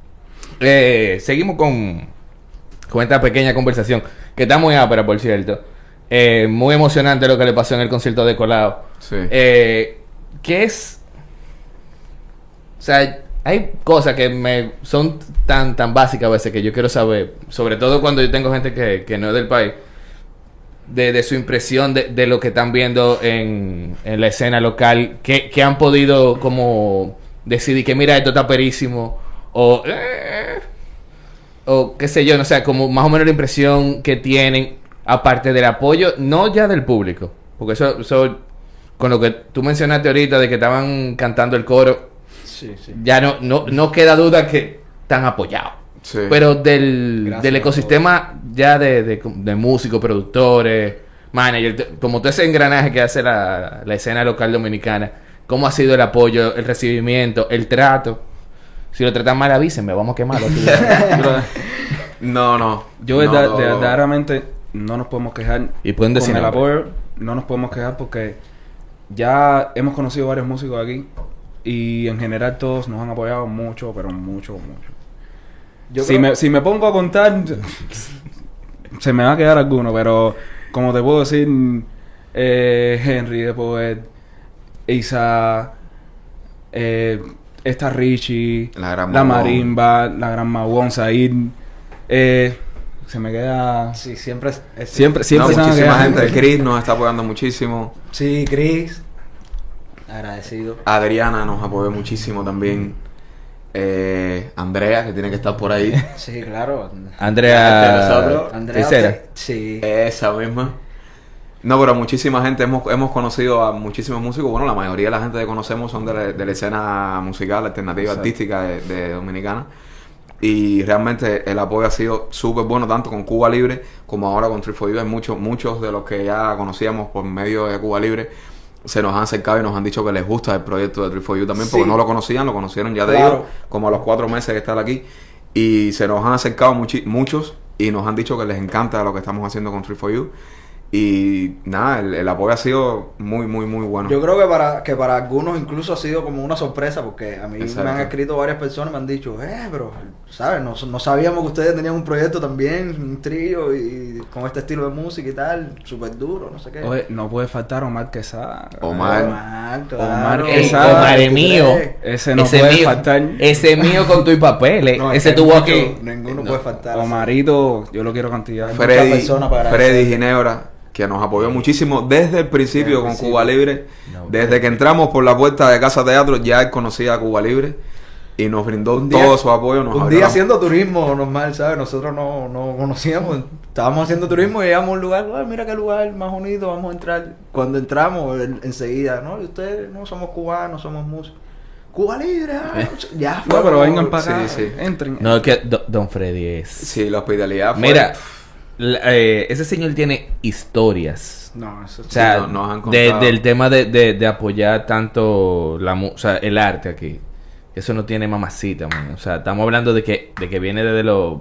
Eh, seguimos con, con esta pequeña conversación, que está muy ápera, por cierto. Eh, muy emocionante lo que le pasó en el concierto de Colado. Sí. Eh, ¿Qué es? O sea, hay cosas que me son tan tan básicas a veces que yo quiero saber, sobre todo cuando yo tengo gente que, que no es del país, de, de su impresión de, de lo que están viendo en, en la escena local, que, que han podido como decidir que mira, esto está perísimo, o eh, o qué sé yo, no sé, como más o menos la impresión que tienen, aparte del apoyo, no ya del público, porque eso, eso con lo que tú mencionaste ahorita de que estaban cantando el coro, Sí, sí. ya no, no, no queda duda que están apoyados. Sí. Pero del, Gracias del a ecosistema ya de, de, de músicos, productores, managers, te- como todo ese engranaje que hace la, la escena local dominicana, ¿cómo ha sido el apoyo, el recibimiento, el trato? Si lo tratan mal, avísenme, vamos a quemarlo. aquí. No, no. Yo no, verdad- no. verdaderamente no nos podemos quejar Y pueden decir con el nombre. apoyo, no nos podemos quejar porque ya hemos conocido varios músicos aquí y en general todos nos han apoyado mucho, pero mucho, mucho. Yo si, creo- me, si me pongo a contar, se me va a quedar alguno, pero como te puedo decir, eh, Henry de Poet, Isa, eh, esta Richie, La Gran la Mawon. Marimba, la Gran Mawon, Said, eh, se me queda... Sí, siempre... es- es- Siempre, No, siempre se van a muchísima quedar gente. Chris nos está apoyando muchísimo. Sí, Chris. Agradecido. Adriana nos apoyó muchísimo también. Eh, Andrea, que tiene que estar por ahí. Sí, claro. De Andrea nosotros. Andrea, Tercera. te- sí. Esa misma. No, pero muchísima gente. Hemos, hemos conocido a muchísimos músicos. Bueno, la mayoría de la gente que conocemos son de la, de la escena musical, alternativa, Exacto. artística de, de Dominicana. Y realmente el apoyo ha sido súper bueno, tanto con Cuba Libre como ahora con Three for You. Hay muchos, muchos de los que ya conocíamos por medio de Cuba Libre se nos han acercado y nos han dicho que les gusta el proyecto de Three for You también, porque Sí. no lo conocían, lo conocieron ya de Claro. ellos, como a los cuatro meses de estar aquí. Y se nos han acercado muchi- muchos y nos han dicho que les encanta lo que estamos haciendo con Three for You. Y nada, el, el apoyo ha sido muy, muy, muy bueno. Yo creo que para que para algunos incluso ha sido como una sorpresa porque a mí Exacto. me han escrito varias personas me han dicho, eh, pero, ¿sabes? No, no sabíamos que ustedes tenían un proyecto también, un trío y con este estilo de música y tal, súper duro, no sé qué. Oye, no puede faltar Omar Quesada. Omar. Omar, Omar claro. Ey, Quesada, Omar es mío. Ese no ese puede mío, faltar. Ese mío con tu y papeles. No, es ese que hay tuvo mucho, aquí. Ninguno No. puede faltar. Omarito, yo lo quiero cantidad. muchas Freddy, personas para Freddy agradecer. Ginebra, que nos apoyó muchísimo desde el principio Desde el con principio. Cuba Libre. No, Desde que entramos por la puerta de Casa Teatro, ya él conocía a Cuba Libre y nos brindó Un día- todo su apoyo. Nos Un abrió día la- haciendo turismo normal, ¿sabes? Nosotros no, no conocíamos, estábamos haciendo turismo y llegamos a un lugar, "Ay, mira qué lugar más bonito, vamos a entrar." Cuando entramos, en- enseguida, no, y ustedes no somos cubanos, somos músicos. Cuba Libre, ah, ya fue. No, pero vengan para acá, Sí, sí. entren. No, es que Do- Don Freddy es. Sí, la hospitalidad fue... Mira, la- eh, ese señor tiene historias. No, eso O sea, no- nos han de- contado. del tema de, de, de apoyar tanto la, mu- o sea, el arte aquí. Eso no tiene mamacita, man. O sea, estamos hablando de que, de que viene desde los...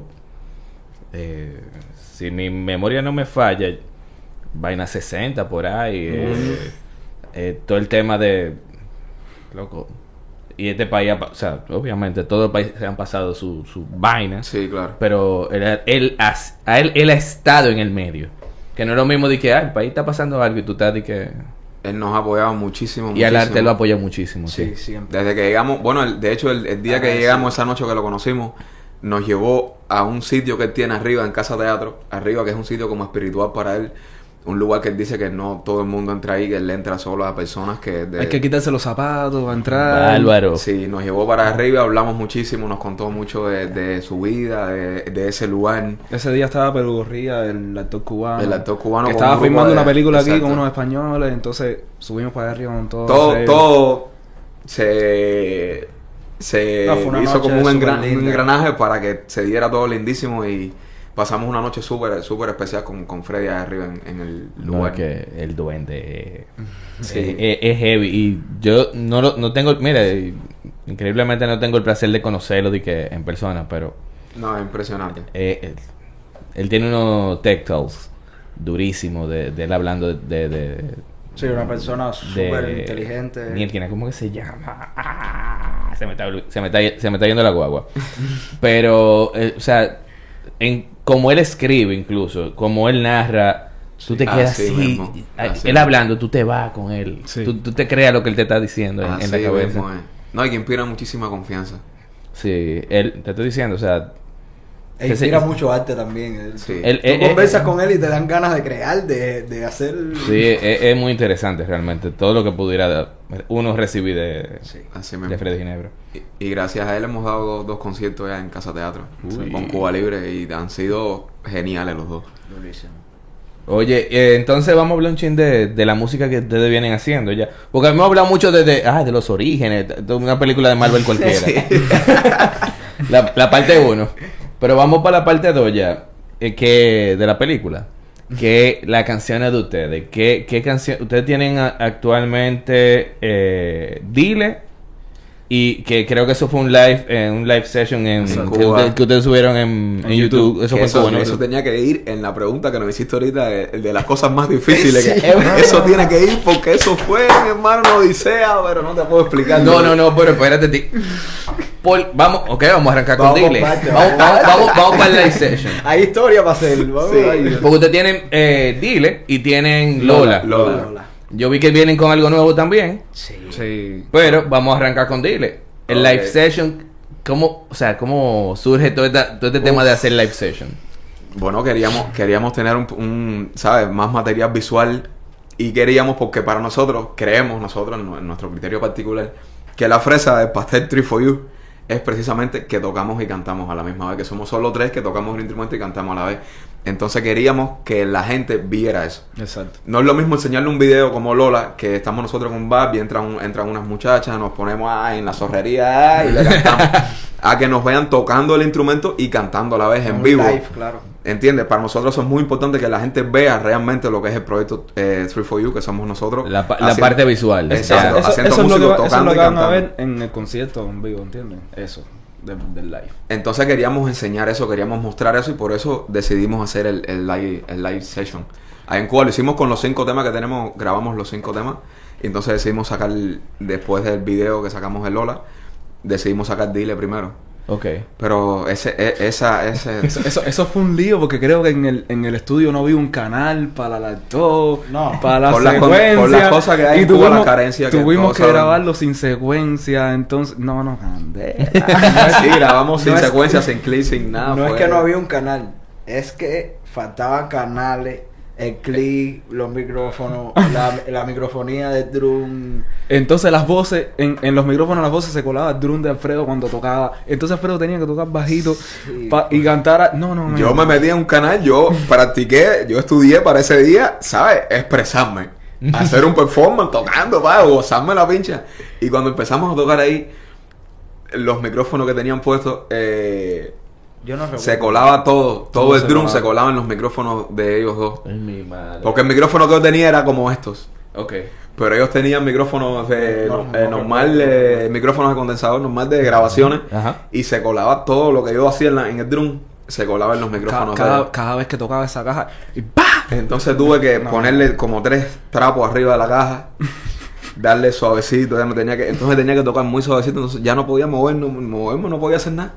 eh, si mi memoria no me falla, vaina sesenta por ahí. eh, eh, todo el tema de... Loco. Y este país, ha pa- o sea, obviamente todos los países han pasado su, su vaina. Sí, claro. Pero él, él, ha- a él, él ha estado en el medio. Que no es lo mismo de que ah, el país está pasando algo y tú estás de que... Él nos ha apoyado muchísimo. Y al muchísimo. arte lo apoya muchísimo, sí. sí, siempre. Desde que llegamos, bueno, el- de hecho, el, el día que Ah, sí. llegamos, esa noche que lo conocimos, nos llevó a un sitio que él tiene arriba, en Casa Teatro, arriba, que es un sitio como espiritual para él, un lugar que él dice que no todo el mundo entra ahí, que él entra solo a personas que... De, Hay que quitarse los zapatos, entrar. Bárbaro. Sí, nos llevó para arriba, hablamos muchísimo, nos contó mucho de, de su vida, de, de ese lugar. Ese día estaba Perugorría, el actor cubano. El actor cubano que con estaba un grupo filmando de- una película aquí exacto. con unos españoles, entonces subimos para arriba con todo. Todo, ellos. todo se, se No, fue una hizo noche como un, súper engran- un linda. engranaje para que se diera todo lindísimo y pasamos una noche súper súper especial con, con Freddy allá arriba en, en el No, lugar. es que el duende Sí. eh, eh, es heavy. Y yo no lo, no tengo, mira, y- increíblemente no tengo el placer de conocerlo de que en persona, pero No, es impresionante. eh, él, él tiene unos tech talks durísimos de, de él hablando de... de, de Sí, una persona de- súper inteligente. Mierda, ¿cómo que se llama? Ah, se, me está, se, me está, se me está yendo la guagua. Pero, eh, o sea, en, como él escribe incluso, como él narra, tú te quedas Así así. mismo, a- así él mismo. hablando, tú te vas con él. Sí. Tú, tú te creas lo que él te está diciendo en, en Así la cabeza. mismo es. No, hay que inspira muchísima confianza. Sí, él, te estoy diciendo, o sea, E que inspira se- mucho arte también. Él- Sí. él- Tú él- conversas él- con él y te dan ganas de crear, de, de hacer... Sí, es, es muy interesante realmente todo lo que pudiera uno recibir de, Sí. Así mismo. de Freddy Ginebra. Y, y gracias a él hemos dado dos, dos conciertos ya en Casa Teatro Uy. con Cuba Libre y han sido geniales los dos. Durísimo. Oye, eh, entonces vamos a hablar un chin de, de la música que ustedes vienen haciendo ya. Porque hemos hablado mucho de, de, ah, de los orígenes, de una película de Marvel cualquiera. la, la parte uno. Pero vamos para la parte dos ya, eh, que de la película. Que las canciones de ustedes. ¿Qué, qué canción? Ustedes tienen a- actualmente eh, Dile. Y que creo que eso fue un live, eh, un live session en, En que, Cuba. ustedes, que ustedes subieron en, en En YouTube. Eso Que fue eso, en Cuba, ¿no? eso tenía que ir en la pregunta que nos hiciste ahorita de, de las cosas más difíciles. que eso tiene que ir porque eso fue, mi hermano, una odisea, pero no te puedo explicar. No, no, no, pero espérate. Ti. Paul, vamos, ok, vamos a arrancar con Vamos Dile. por parte, Vamos, vamos vamos, por vamos, vamos para el live session. Hay historia para hacer. Vamos Sí. ahí. Porque ustedes tienen eh, Dile y tienen Lola. Lola. Lola. Yo vi que vienen con algo nuevo también. Sí. Sí. Pero vamos a arrancar con Dile. El Ok. live session, ¿cómo, o sea, cómo surge todo, esta- todo este tema de hacer live session? Bueno, queríamos, queríamos tener un, un, ¿sabes? Más material visual y queríamos, porque para nosotros, creemos nosotros, en, nu- en nuestro criterio particular, que la fresa del pastel Three for You es precisamente que tocamos y cantamos a la misma vez, que somos solo tres que tocamos un instrumento y cantamos a la vez. Entonces queríamos que la gente viera eso. Exacto. No es lo mismo enseñarle un video como Lola, que estamos nosotros con Barbie, entran, un- entran unas muchachas, nos ponemos ah, en la zorrería ah, y le cantamos, a que nos vean tocando el instrumento y cantando a la vez en Un vivo. live, claro. ¿Entiendes? Para nosotros eso es muy importante que la gente vea realmente lo que es el proyecto eh, Three for You, que somos nosotros. La, pa- la haciendo- parte visual. Exacto. O sea, Eso, haciendo eso es lo que, músicos va- eso es tocando lo y que van a cantando. ver en el concierto en vivo, ¿entiendes? Eso, de- del live. Entonces queríamos enseñar eso, queríamos mostrar eso y por eso decidimos hacer el, el, live, el live session. Ahí en Cuba lo hicimos con los cinco temas que tenemos, grabamos los cinco temas. Y entonces decidimos sacar, después del video que sacamos de Lola, decidimos sacar Dile primero. ok. Pero ese, e- esa, ese... Eso, eso, eso fue un lío porque creo que en el, en el estudio no había un canal para la actor, No. para la Por las con- secuencia. por las cosas que hay y en Cuba, tuvimos, la carencia que tuvimos todos que saben. grabarlo sin secuencia, entonces no, no, candela. Sí, grabamos sin No es- secuencia, sin clip, sin nada. No es fue- que no había un canal, es que faltaban canales, el clip, los micrófonos, la, la microfonía del drum. Entonces las voces, en, en los micrófonos las voces se colaba el drum de Alfredo cuando tocaba. Entonces Alfredo tenía que tocar bajito Sí. pa- y cantar. a- No, no, no. Yo me metí en un canal, yo practiqué, yo estudié para ese día, ¿sabes? Expresarme. Hacer un performance tocando, para gozarme la pincha. Y cuando empezamos a tocar ahí, los micrófonos que tenían puestos, eh, Yo no recuerdo. se colaba todo. Todo, Todo el se drum colaba. se colaba en los micrófonos de ellos dos. Ay, mi madre. Porque el micrófono que yo tenía era como estos. Ok. Pero ellos tenían micrófonos de, No, no- no eh, recuerdo. normal, eh, micrófonos de condensador normal de grabaciones. Ajá. Y se colaba todo lo que yo hacía en, la- en el drum, se colaba en los Ca- micrófonos de cada, ellos. cada vez que tocaba esa caja y ¡pah! Entonces tuve que No. ponerle como tres trapos arriba de la caja, darle suavecito, ya no tenía que, entonces tenía que tocar muy suavecito, entonces ya no podía movernos, moverme, no podía hacer nada.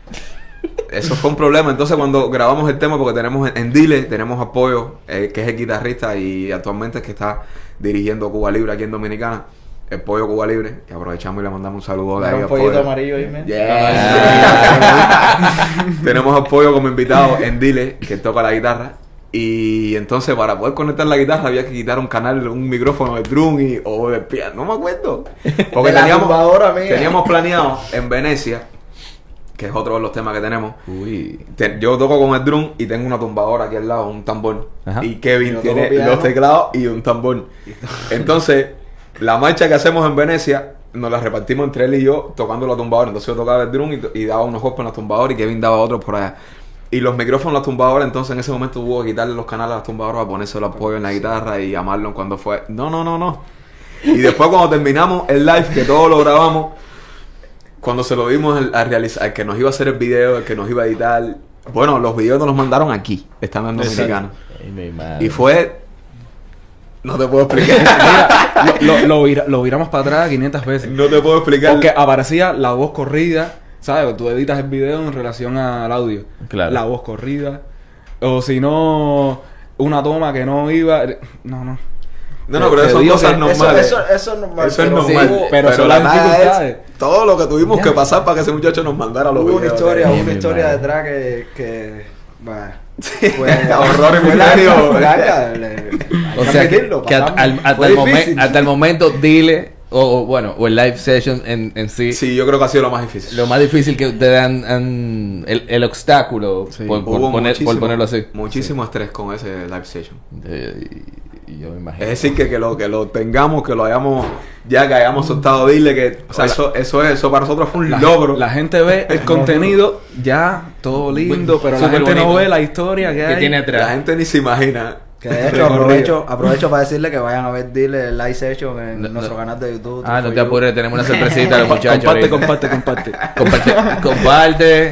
Eso fue un problema. Entonces cuando grabamos el tema, porque tenemos en, en Dile, tenemos apoyo, eh, que es el guitarrista y actualmente es que está dirigiendo Cuba Libre aquí en Dominicana, el Pollo Cuba Libre, que aprovechamos y le mandamos un saludo de ahí Era un al pollito Pollo. amarillo ahí, men. Yeah. Tenemos apoyo como invitado en Dile, que toca la guitarra. Y entonces para poder conectar la guitarra había que quitar un canal, un micrófono de drum y, o de piano, no me acuerdo. Porque De la teníamos, tumbadora mía. teníamos planeado en Venecia, que es otro de los temas que tenemos. Uy. Te- yo toco con el drum y tengo una tumbadora aquí al lado, un tambor. Ajá. Y Kevin Yo tiene toco piano. los teclados y un tambor. Entonces, la marcha que hacemos en Venecia nos la repartimos entre él y yo tocando la tumbadora. Entonces yo tocaba el drum y, y daba unos golpes en la tumbadora y Kevin daba otros por allá. Y los micrófonos en la tumbadora, entonces en ese momento hubo que quitarle los canales a la tumbadora para ponerse el apoyo en la guitarra y llamarlo cuando fue. No, no, no, no. Y después cuando terminamos el live, que todo lo grabamos, cuando se lo dimos al, a realizar, al que nos iba a hacer el video, el que nos iba a editar. Bueno, los videos nos los mandaron aquí, estando en Dominicana. Ay, mi madre. Y fue. No te puedo explicar. Mira, lo, lo, lo, vira- lo viramos para atrás quinientas veces. No te puedo explicar. Porque aparecía la voz corrida, ¿sabes? Tú editas el video en relación al audio. Claro. La voz corrida. O si no, una toma que no iba. No, no. No, no, pero Te eso son digo cosas que normales. Eso, eso, eso es normal. Eso es pero normal. hubo- pero son la las nada dificultades. es todo lo que tuvimos Ya. que pasar para que ese muchacho nos mandara los Hubo una videos. historia, Ay, una mi historia madre. detrás que, que bueno, Horror y fue misterio. larga, fue larga, le- hay O sea, que, admitirlo, que at- pasamos. al- hasta, Fue el momen- difícil. hasta el momento, dile, o, o bueno, o el live session en, en sí, Sí, yo creo que ha sido lo más difícil. lo más difícil que ustedes han, han- el, el obstáculo, Sí. por, por Hubo poner- por muchísimo- ponerlo así. Muchísimo estrés con ese live session. Eh, y, y yo me imagino. Es decir, que, que lo que lo tengamos, que lo hayamos, ya que hayamos soltado, dile que, o sea, eso, eso es, eso para nosotros fue un La, logro. la gente ve el contenido ya, todo lindo, pero la Súper gente no bonito. ve la historia que, que hay. tiene La atrás. gente ni se imagina. Que de hecho Recorrido. aprovecho, aprovecho para decirle que vayan a ver Dile el live session en No, nuestro no. canal de YouTube. Ah, no For te You. apures, tenemos una sorpresita a los muchachos. comparte, ahorita. comparte, comparte. comparte, comparte,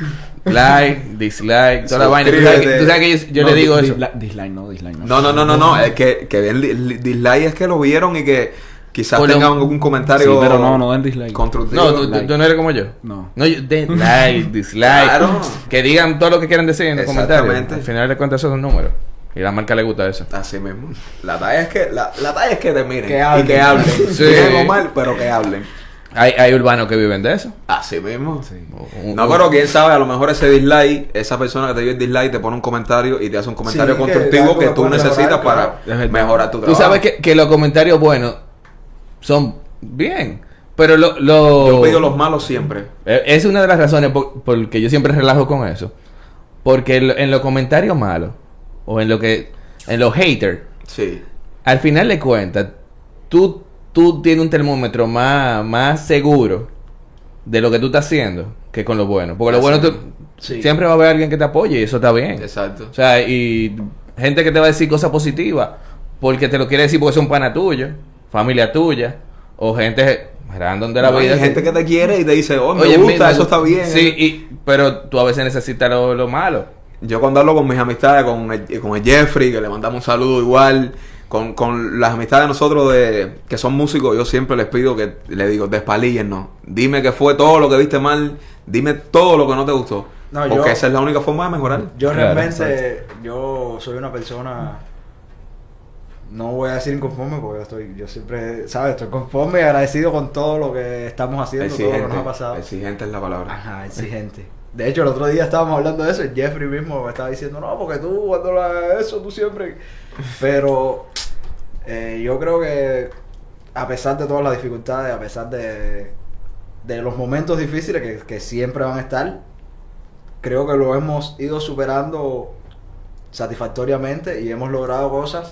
like, dislike, toda la vaina. Tú sabes que, tú sabes que yo, yo No, le digo di- eso. disli- Dislike, no, dislike, no. No, no, no, no, no. Es que, que ven li- li- dislike es que lo vieron y que quizás O lo- tengan algún comentario. Sí, pero no, no den dislike. constructivo. No, tú, tú- like. tú no eres como yo. No. No, yo, de like, dislike. Claro. Que digan todo lo que quieran decir en los comentarios. Exactamente. Al final de cuentas, esos son números. Y a la marca le gusta eso. Así mismo. La talla es que, la, la talla es que te miren Que y hablen. que hablen. Sí. Bien o mal, pero que hablen. Hay, hay urbanos que viven de eso. Así mismo. Un- No, pero quién sabe, a lo mejor ese dislike, esa persona que te dio el dislike te pone un comentario y te hace un comentario Sí, que constructivo algo que, que tú puedes necesitas mejorar, para claro. Es verdad. mejorar tu Tú trabajo. sabes que, que los comentarios buenos son bien. Pero lo... lo- Yo pido los malos siempre. Eh, Es una de las razones por, por que yo siempre relajo con eso. Porque en, lo- en los comentarios malos, o en lo que, en los haters, Sí. al final de cuentas, tú, tú tienes un termómetro más, más seguro de lo que tú estás haciendo que con lo bueno. Porque lo bueno, tú, Sí. siempre va a haber alguien que te apoye y eso está bien. Exacto. O sea, y gente que te va a decir cosas positivas porque te lo quiere decir porque son pana tuyo, familia tuya, o gente random de la No, vida. hay gente que te quiere y te dice, oh, me Oye, gusta, mira, eso está bien. Sí, y, pero tú a veces necesitas lo, lo malo. Yo cuando hablo con mis amistades, con el, con el Jeffrey, que le mandamos un saludo igual, con, con las amistades de nosotros de, que son músicos, yo siempre les pido que, le digo, despalíennos. Dime que fue todo lo que viste mal, dime todo lo que no te gustó. No, porque yo- esa es la única forma de mejorar. Yo Claro, realmente, yo soy una persona, no voy a decir inconforme porque yo estoy, yo siempre, ¿sabes? Estoy conforme y agradecido con todo lo que estamos haciendo, todo lo que Exigente, nos ha pasado. exigente es la palabra. Ajá, exigente. De hecho, el otro día estábamos hablando de eso y Jeffrey mismo me estaba diciendo, no, porque tú cuando la, eso, tú siempre... Pero eh, yo creo que a pesar de todas las dificultades, a pesar de, de los momentos difíciles que, que siempre van a estar, creo que lo hemos ido superando satisfactoriamente y hemos logrado cosas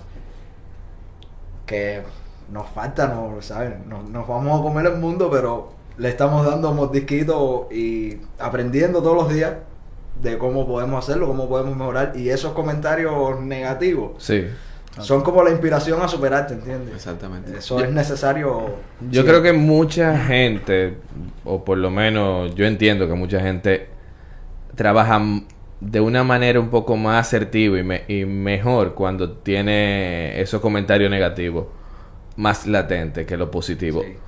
que nos faltan, ¿no? ¿Saben? Nos, nos vamos a comer el mundo, pero le estamos dando mordisquitos y aprendiendo todos los días de cómo podemos hacerlo, cómo podemos mejorar. Y esos comentarios negativos Sí. son como la inspiración a superarte, ¿entiendes? Exactamente. Eso Yo- es necesario. Yo sí. creo que mucha gente, o por lo menos yo entiendo que mucha gente trabaja m- de una manera un poco más asertiva y, me- y mejor cuando tiene esos comentarios negativos más latentes que los positivos. Sí.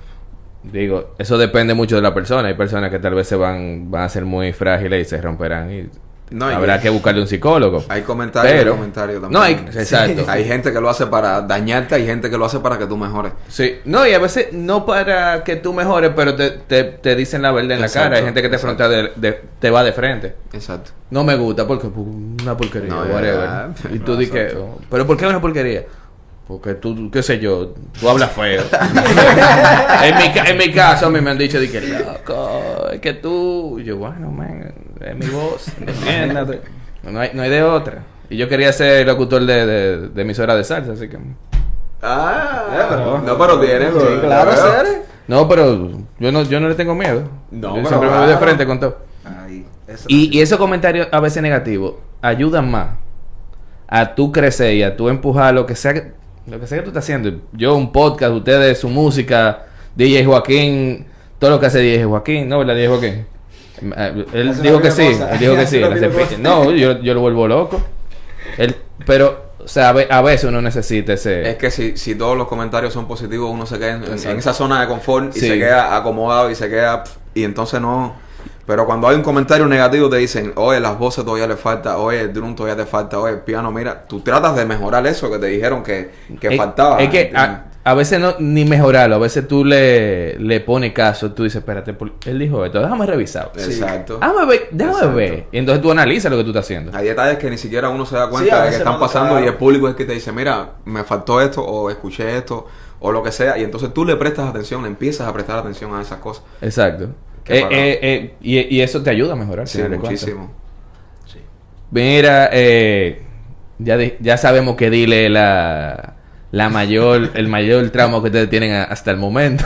Digo, eso depende mucho de la persona. Hay personas que tal vez se van, van a ser muy frágiles y se romperán. Y No, y habrá que- que buscarle un psicólogo. Hay comentarios, Pero- hay comentarios también. No, hay, exacto. Hay gente que lo hace para dañarte, hay gente que lo hace para que tú mejores. Sí, no, y a veces no para que tú mejores, pero te, te, te dicen la verdad en la Exacto, cara. Hay gente que te exacto. frontea de, de- te va de frente. Exacto. No me gusta porque pues, una porquería, No, ya, whatever. ya. Y tú No, di que, exacto. oh, pero ¿por qué una porquería? Porque tú, qué sé yo, tú hablas feo. en, mi, ca- en mi caso a mí me han dicho de que loco, es que tú, y yo bueno, man, es mi voz, Imagínate. no hay, no hay de otra. Y yo quería ser locutor de, de, de emisora de salsa, así que Ah, Eh, pero- no, pero tiene. Sí, claro, Cere. no, pero yo no, yo no le tengo miedo. No, yo pero siempre me voy de claro. frente con todo. Ahí. Eso. Y, y esos comentarios a veces negativos ayudan más a tú crecer y a tú empujar lo que sea que, lo que sea que tú estás haciendo. Yo un podcast, ustedes su música, D J Joaquín, todo lo que hace D J Joaquín, ¿no? ¿Verdad, D J Joaquín? Eh, Él Hace dijo una que sí, cosa. él dijo que Hace sí, una él hace cosa. pitching. No, yo, yo lo vuelvo loco. Él, pero, o sea, a ve- a veces uno necesita ese... Es que si, si todos los comentarios son positivos, uno se queda en, en Exacto. esa zona de confort y Sí. se queda acomodado y se queda... pf, y entonces no... Pero cuando hay un comentario negativo te dicen, oye, las voces todavía le falta, oye, el drum todavía te falta, oye, el piano, mira, tú tratas de mejorar eso que te dijeron que, que es, faltaba. es que ¿entiendes? a, a veces no ni mejorarlo, a veces tú le, le pones caso, tú dices, espérate, por- él dijo esto, déjame revisar. Exacto. Déjame ver, déjame Exacto. ver. Y entonces tú analizas lo que tú estás haciendo. Hay detalles que ni siquiera uno se da Sí, cuenta a de que veces están no, pasando claro. y el público es el que te dice, mira, me faltó esto o escuché esto o lo que sea. Y entonces tú le prestas atención, le empiezas a prestar atención a esas cosas. Exacto. Qué Eh, parado. eh, eh, y, y eso te ayuda a mejorar. Sí, al final de cuentas. muchísimo. Mira, eh, ya, di- ya sabemos que dile la, la mayor, el mayor trauma que ustedes tienen a- hasta el momento.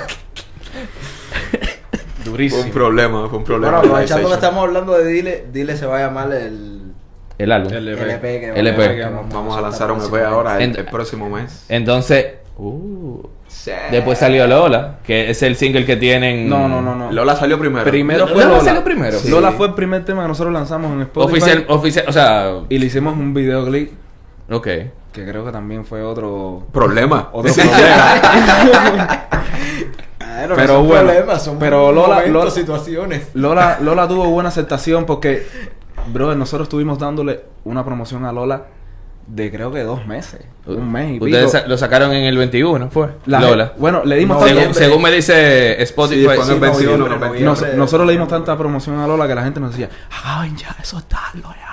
Fue Durísimo. un problema, fue un problema. Bueno, aprovechando que Live Station. estamos hablando de Dile, Dile se va a llamar el El álbum. El- L P. que L P. que Vamos a lanzar un E P próximamente. ahora el, En- el próximo mes. Entonces, uh, después salió Lola, que es el single que tienen. No, no, no, no. Lola salió primero. Primero ¿Lola fue Lola. salió primero? Sí. Lola fue el primer tema que nosotros lanzamos en Spotify. Oficial, oficial, o sea, Y le hicimos un videoclip ok. que creo que también fue otro... Problema. Otro problema. Bueno, Pero no son bueno, problemas, son pero Lola- momentos, Lola- situaciones. Lola, Lola tuvo buena aceptación porque, brother, nosotros estuvimos dándole una promoción a Lola de creo que dos meses. Un mes y pico. Ustedes sa- lo sacaron en el veintiuno, ¿fue? La- Lola. Bueno, le dimos No, tanta- Según, según me dice Spotify. Sí, fue en el Sí, veintiuno, noviembre, no, noviembre. Nos- nosotros le dimos tanta promoción a Lola que la gente nos decía, acaben ya, eso está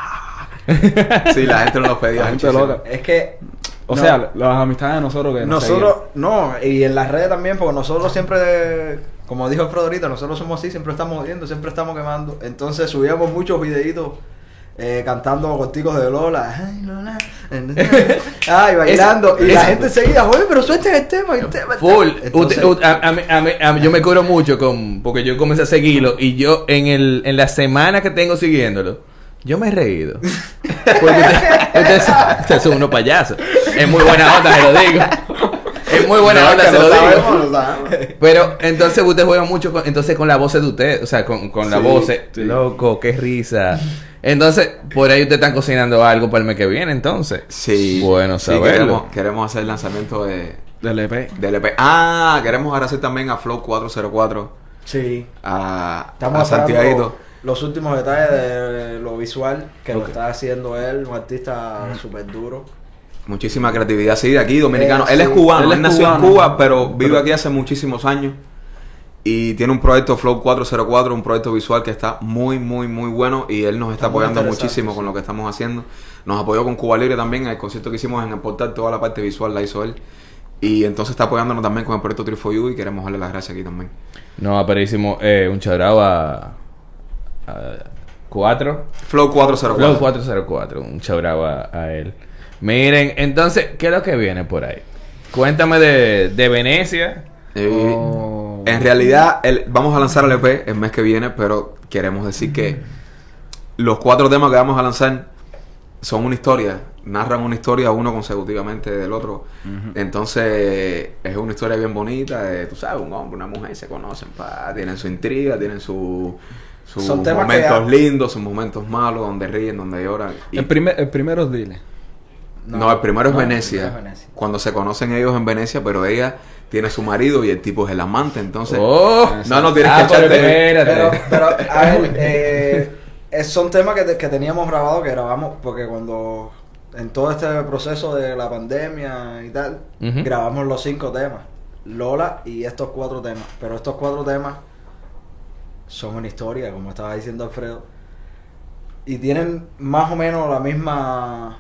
ya. Sí, la gente no lo pedía. La gente muchísimo. loca. Es que O no, sea, las amistades de nosotros que nos nosotros, no, y en las redes también, porque nosotros siempre, como dijo Alfredo ahorita, nosotros somos así, siempre estamos viendo, siempre estamos quemando. Entonces subíamos muchos videitos eh, cantando corticos de Lola. Ay, Lola. Ay, bailando. Ese- y la ese- gente seguía, oye, pero suelten el tema, el tema. el Full. tema". Entonces, Usted- u- a, a mí- a mí- a mí- yo me cubro mucho con. Porque yo comencé a seguirlo. Y yo, en el en la semana que tengo siguiéndolo, yo me he reído. Porque usted- ustedes ustedes son unos payasos. Es muy buena onda, se lo digo. Es muy buena no, onda, que se lo lo digo. sabemos, lo sabemos. Pero entonces usted juega mucho con, entonces con la voz de usted, o sea, con, con la Sí, voz. sí. Loco, qué risa. Entonces, por ahí ustedes están cocinando algo para el mes que viene, entonces. Sí. Bueno, Sí, saberlo. queremos, queremos hacer el lanzamiento de, Del E P. del E P. Ah, queremos agradecer también a Flow cuatro cero cuatro, Sí. a, Estamos a Santiago. esperando los últimos detalles de lo visual que lo está haciendo él, un artista súper duro. Muchísima creatividad, sí, de aquí, dominicano. Eh, él es sí. cubano, Él él, es nació cubano. en Cuba, pero vive aquí hace muchísimos años. Y tiene un proyecto Flow cuatro cero cuatro, un proyecto visual que está muy, muy, muy bueno. Y él nos está, Está muy apoyando interesante, muchísimo sí. con lo que estamos haciendo. Nos apoyó con Cuba Libre también, en el concierto que hicimos en el portal, toda la parte visual la hizo él. Y entonces está apoyándonos también con el proyecto Three for You y queremos darle las gracias aquí también. No, pero hicimos eh, un chabrao a, a cuatro. Flow cuatro cero Flow cuatro. cuatro cero cuatro, un chabrao a, a él. Miren, entonces, ¿qué es lo que viene por ahí? Cuéntame de, de Venecia. Eh, Oh. En realidad, el- vamos a lanzar el E P el mes que viene, pero queremos decir que los cuatro temas que vamos a lanzar son una historia, narran una historia uno consecutivamente del otro. Entonces, es una historia bien bonita de, tú sabes, un hombre, una mujer se conocen, pa, tienen su intriga, tienen su, sus Son temas momentos que- lindos, sus momentos malos, donde ríen, donde lloran. Y- El, primer, el primero es Dile. no, el primero es no, el Venecia. primero es Venecia. Cuando se conocen ellos en Venecia, pero ella tiene su marido y el tipo es el amante, entonces... Oh, No, no tienes ah, que pero echarte... espérate. Pero, pero, a ver, eh, es, son temas que, te- que teníamos grabados, que grabamos, porque cuando en todo este proceso de la pandemia y tal, Ujú. grabamos los cinco temas, Lola y estos cuatro temas, pero estos cuatro temas son una historia, como estaba diciendo Alfredo, y tienen más o menos la misma,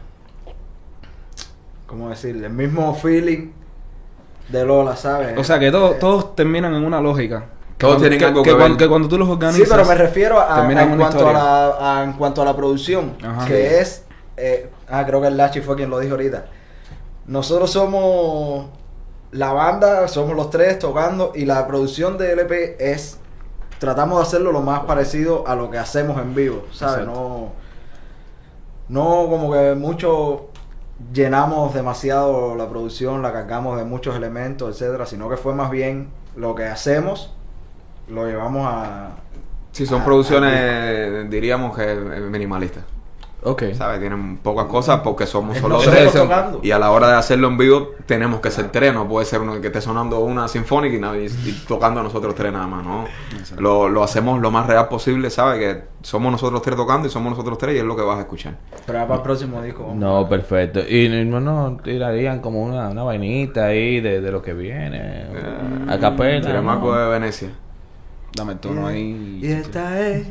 ¿cómo decir? El mismo feeling de Lola, ¿sabes? O sea, que todo- Eh, todos terminan en una lógica. Todos Cuando- tienen algo que cuando, ver. que cuando tú los organizas... Sí, pero me refiero a, a- terminan en, una cuanto a historia. la, a- en cuanto a la producción, Ajá. que es, eh, ah, creo que el Lachi fue quien lo dijo ahorita. Nosotros somos la banda, somos los tres tocando, y la producción de L P es, tratamos de hacerlo lo más parecido a lo que hacemos en vivo, ¿sabes? Exacto. No, no como que mucho llenamos demasiado la producción, la cargamos de muchos elementos, etcétera, sino que fue más bien lo que hacemos, lo llevamos a... Sí, son a- producciones, diríamos que eh, minimalistas. Ok. ¿Sabes? Tienen pocas cosas porque somos Es solo nosotros tres. tocando. Y a la hora de hacerlo en vivo tenemos que ser tres. No puede ser uno que esté sonando una sinfónica y, nada- y- y tocando nosotros tres nada más, ¿no? Exacto. Lo, lo hacemos lo más real posible, ¿sabes? Que somos nosotros tres tocando y somos nosotros tres y es lo que vas a escuchar. Pero ya para el próximo disco. No, perfecto. Y no, no tirarían como una, una vainita ahí de, de lo que viene. Eh, a capela. Telemaco ¿no? de Venecia. Dame el tono ahí. Y esta es...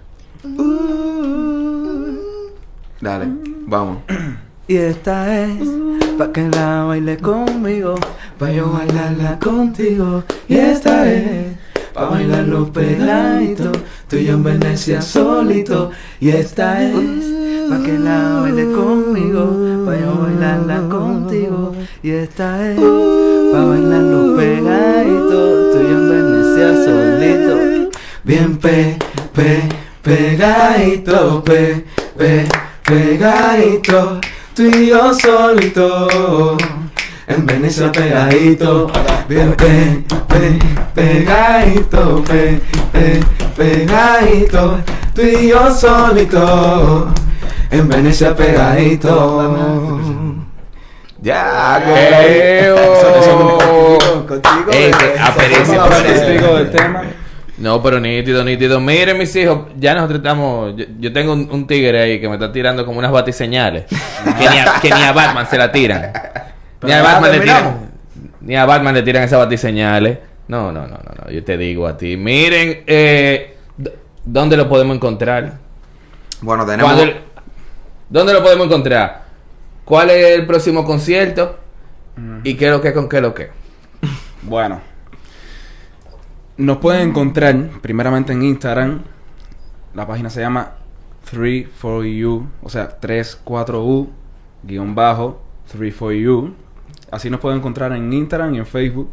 Dale, vamos. Y esta es pa' que la baile conmigo, pa' yo bailarla contigo. Y esta es pa' bailarlo pegadito, tú y yo en Venecia solito. Y esta es pa' que la baile conmigo, pa' yo bailarla contigo. Y esta es pa' bailarlo pegadito, tú y yo en Venecia solito. Bien pe, pe, pegadito, pe, pe, pegadito, tú y yo solito, en Venecia pegadito, bien pe, pe, pegadito, pe, pe, pegadito, tú y yo solito, en Venecia pegadito. Ya, ¡Eh, oh! Contigo, contigo, Ey, eh, que aparece, somos la aparece. banda. Testigo del tema. No, pero nítido, nítido. Miren, mis hijos, ya nosotros estamos. Yo, yo tengo un, un tigre ahí que me está tirando como unas batiseñales. que, ni a, que ni a Batman se la tiran. Ni a Pero Batman ya le terminamos. tiran. Ni a Batman le tiran esas batiseñales. No, no, no, no, no. Yo te digo a ti. Miren, eh, d- ¿dónde lo podemos encontrar? Bueno, tenemos... ¿Cuándo- ¿Dónde lo podemos encontrar? ¿Cuál es el próximo concierto? ¿Y qué es lo que con qué es lo que? Bueno. Nos pueden encontrar primeramente en Instagram. La página se llama three for you, o sea, tres cuatro U guión bajo three for you. Así nos pueden encontrar en Instagram y en Facebook.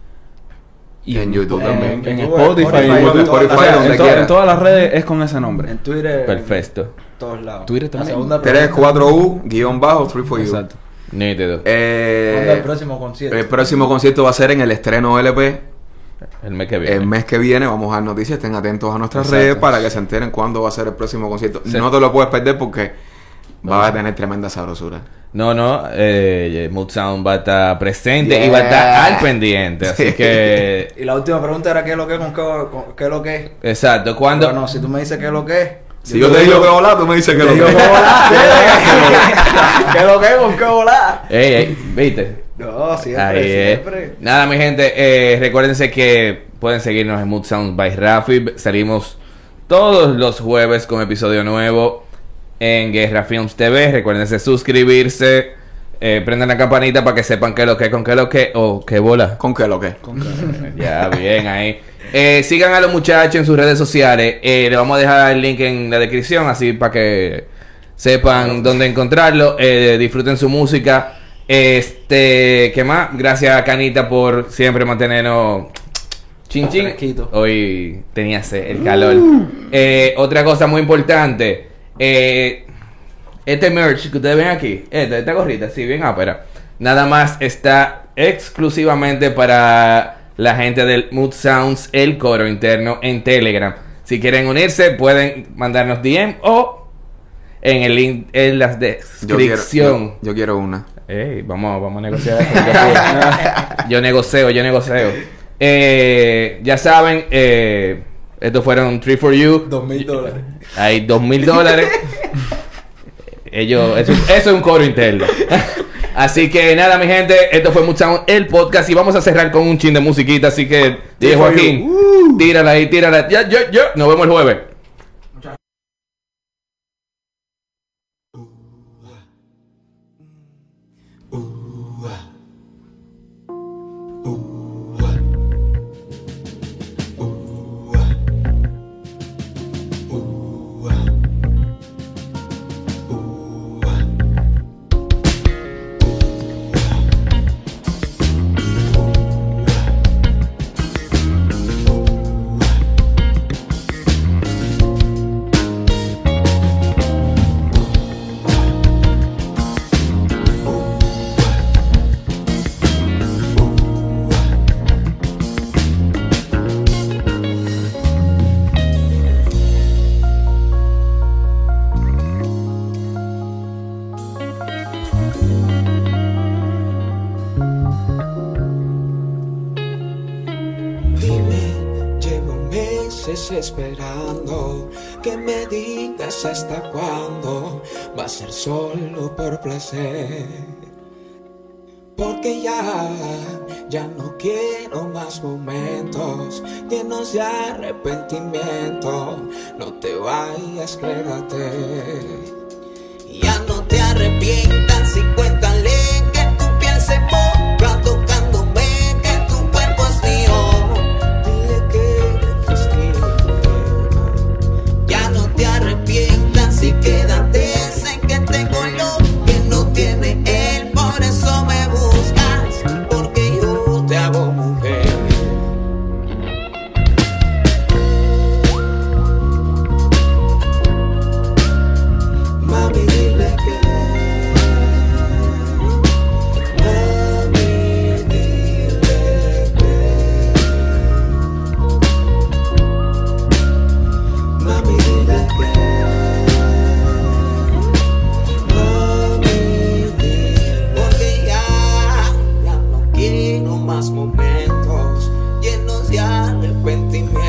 Y en YouTube en- también. En, en Spotify, Spotify, en YouTube. Spotify, O sea, donde en, to- quiera. en todas las redes es con ese nombre. En Twitter. Perfecto. En todos lados. Twitter La también. segunda tres pregunta. cuatro U guión bajo three for you. Exacto. Nítido. ¿Cuándo es Eh, el próximo concierto? el próximo concierto va a ser en el estreno L P. El mes que viene. El mes que viene vamos a dar noticias, estén atentos a nuestras Exacto. redes para que se enteren cuándo va a ser el próximo concierto. Sí. No te lo puedes perder porque va a tener tremenda sabrosura. No, no, eh, Mood Sound va a estar presente Yeah. y va a estar al pendiente, así Sí. que... Y la última pregunta era qué es lo que es con qué, con- qué es lo que es. Exacto, cuando... Bueno, si tú me dices qué es lo que es. Si yo te digo que volar, tú me dices que lo Te digo que qué volar. ¿Qué es lo que es con qué volar? Ey, ey, ¿viste? No, siempre, Ahí es. siempre. Nada, mi gente, eh, recuérdense que pueden seguirnos en Mood Sound by Rafi. Salimos todos los jueves con episodio nuevo en Guerra Films T V. Recuérdense suscribirse, eh, prendan la campanita para que sepan qué es lo que es, con qué es lo que o qué bola. ¿Con qué lo que? Ya, bien, ahí. Eh, sigan a los muchachos en sus redes sociales. Eh, le vamos a dejar el link en la descripción, así para que sepan dónde encontrarlo. Eh, disfruten su música. Este, ¿qué más? Gracias a Canita por siempre mantenernos chin chin. Fresquito. Hoy tenía sed, el calor. Eh, otra cosa muy importante. Eh, este merch que ustedes ven aquí, esta, esta gorrita, sí, bien ápera. Nada más está exclusivamente para la gente del Mood Sounds, el coro interno en Telegram. Si quieren unirse, pueden mandarnos D M o en el link en la Yo quiero, descripción. yo, yo quiero una. Ey, vamos, vamos a negociar eso. Yo, yo negocio, yo negocio. Eh, ya saben, eh, Estos fueron Three for You. Dos mil dólares. Hay dos mil dólares. Ellos, eso, eso es un coro interno. Así que nada, mi gente, esto fue Moodsound, el podcast. Y vamos a cerrar con un chin de musiquita. Así que, dije Joaquín, uh. tírala ahí, tírala. Ya, yo, yo. Nos vemos el jueves. Esperando que me digas hasta cuándo va a ser solo por placer, porque ya, ya no quiero más momentos llenos de arrepentimiento. No te vayas, quédate, ya no te arrepientas y cuéntale que tu piel se moja tocándome, que tu cuerpo es mío. Y quédate, sé que tengo lo que no tiene él, por eso me buscas, porque yo te hago mujer. Mami, dile que, mami, dile que, mami, dile que. Más momentos llenos de arrepentimiento.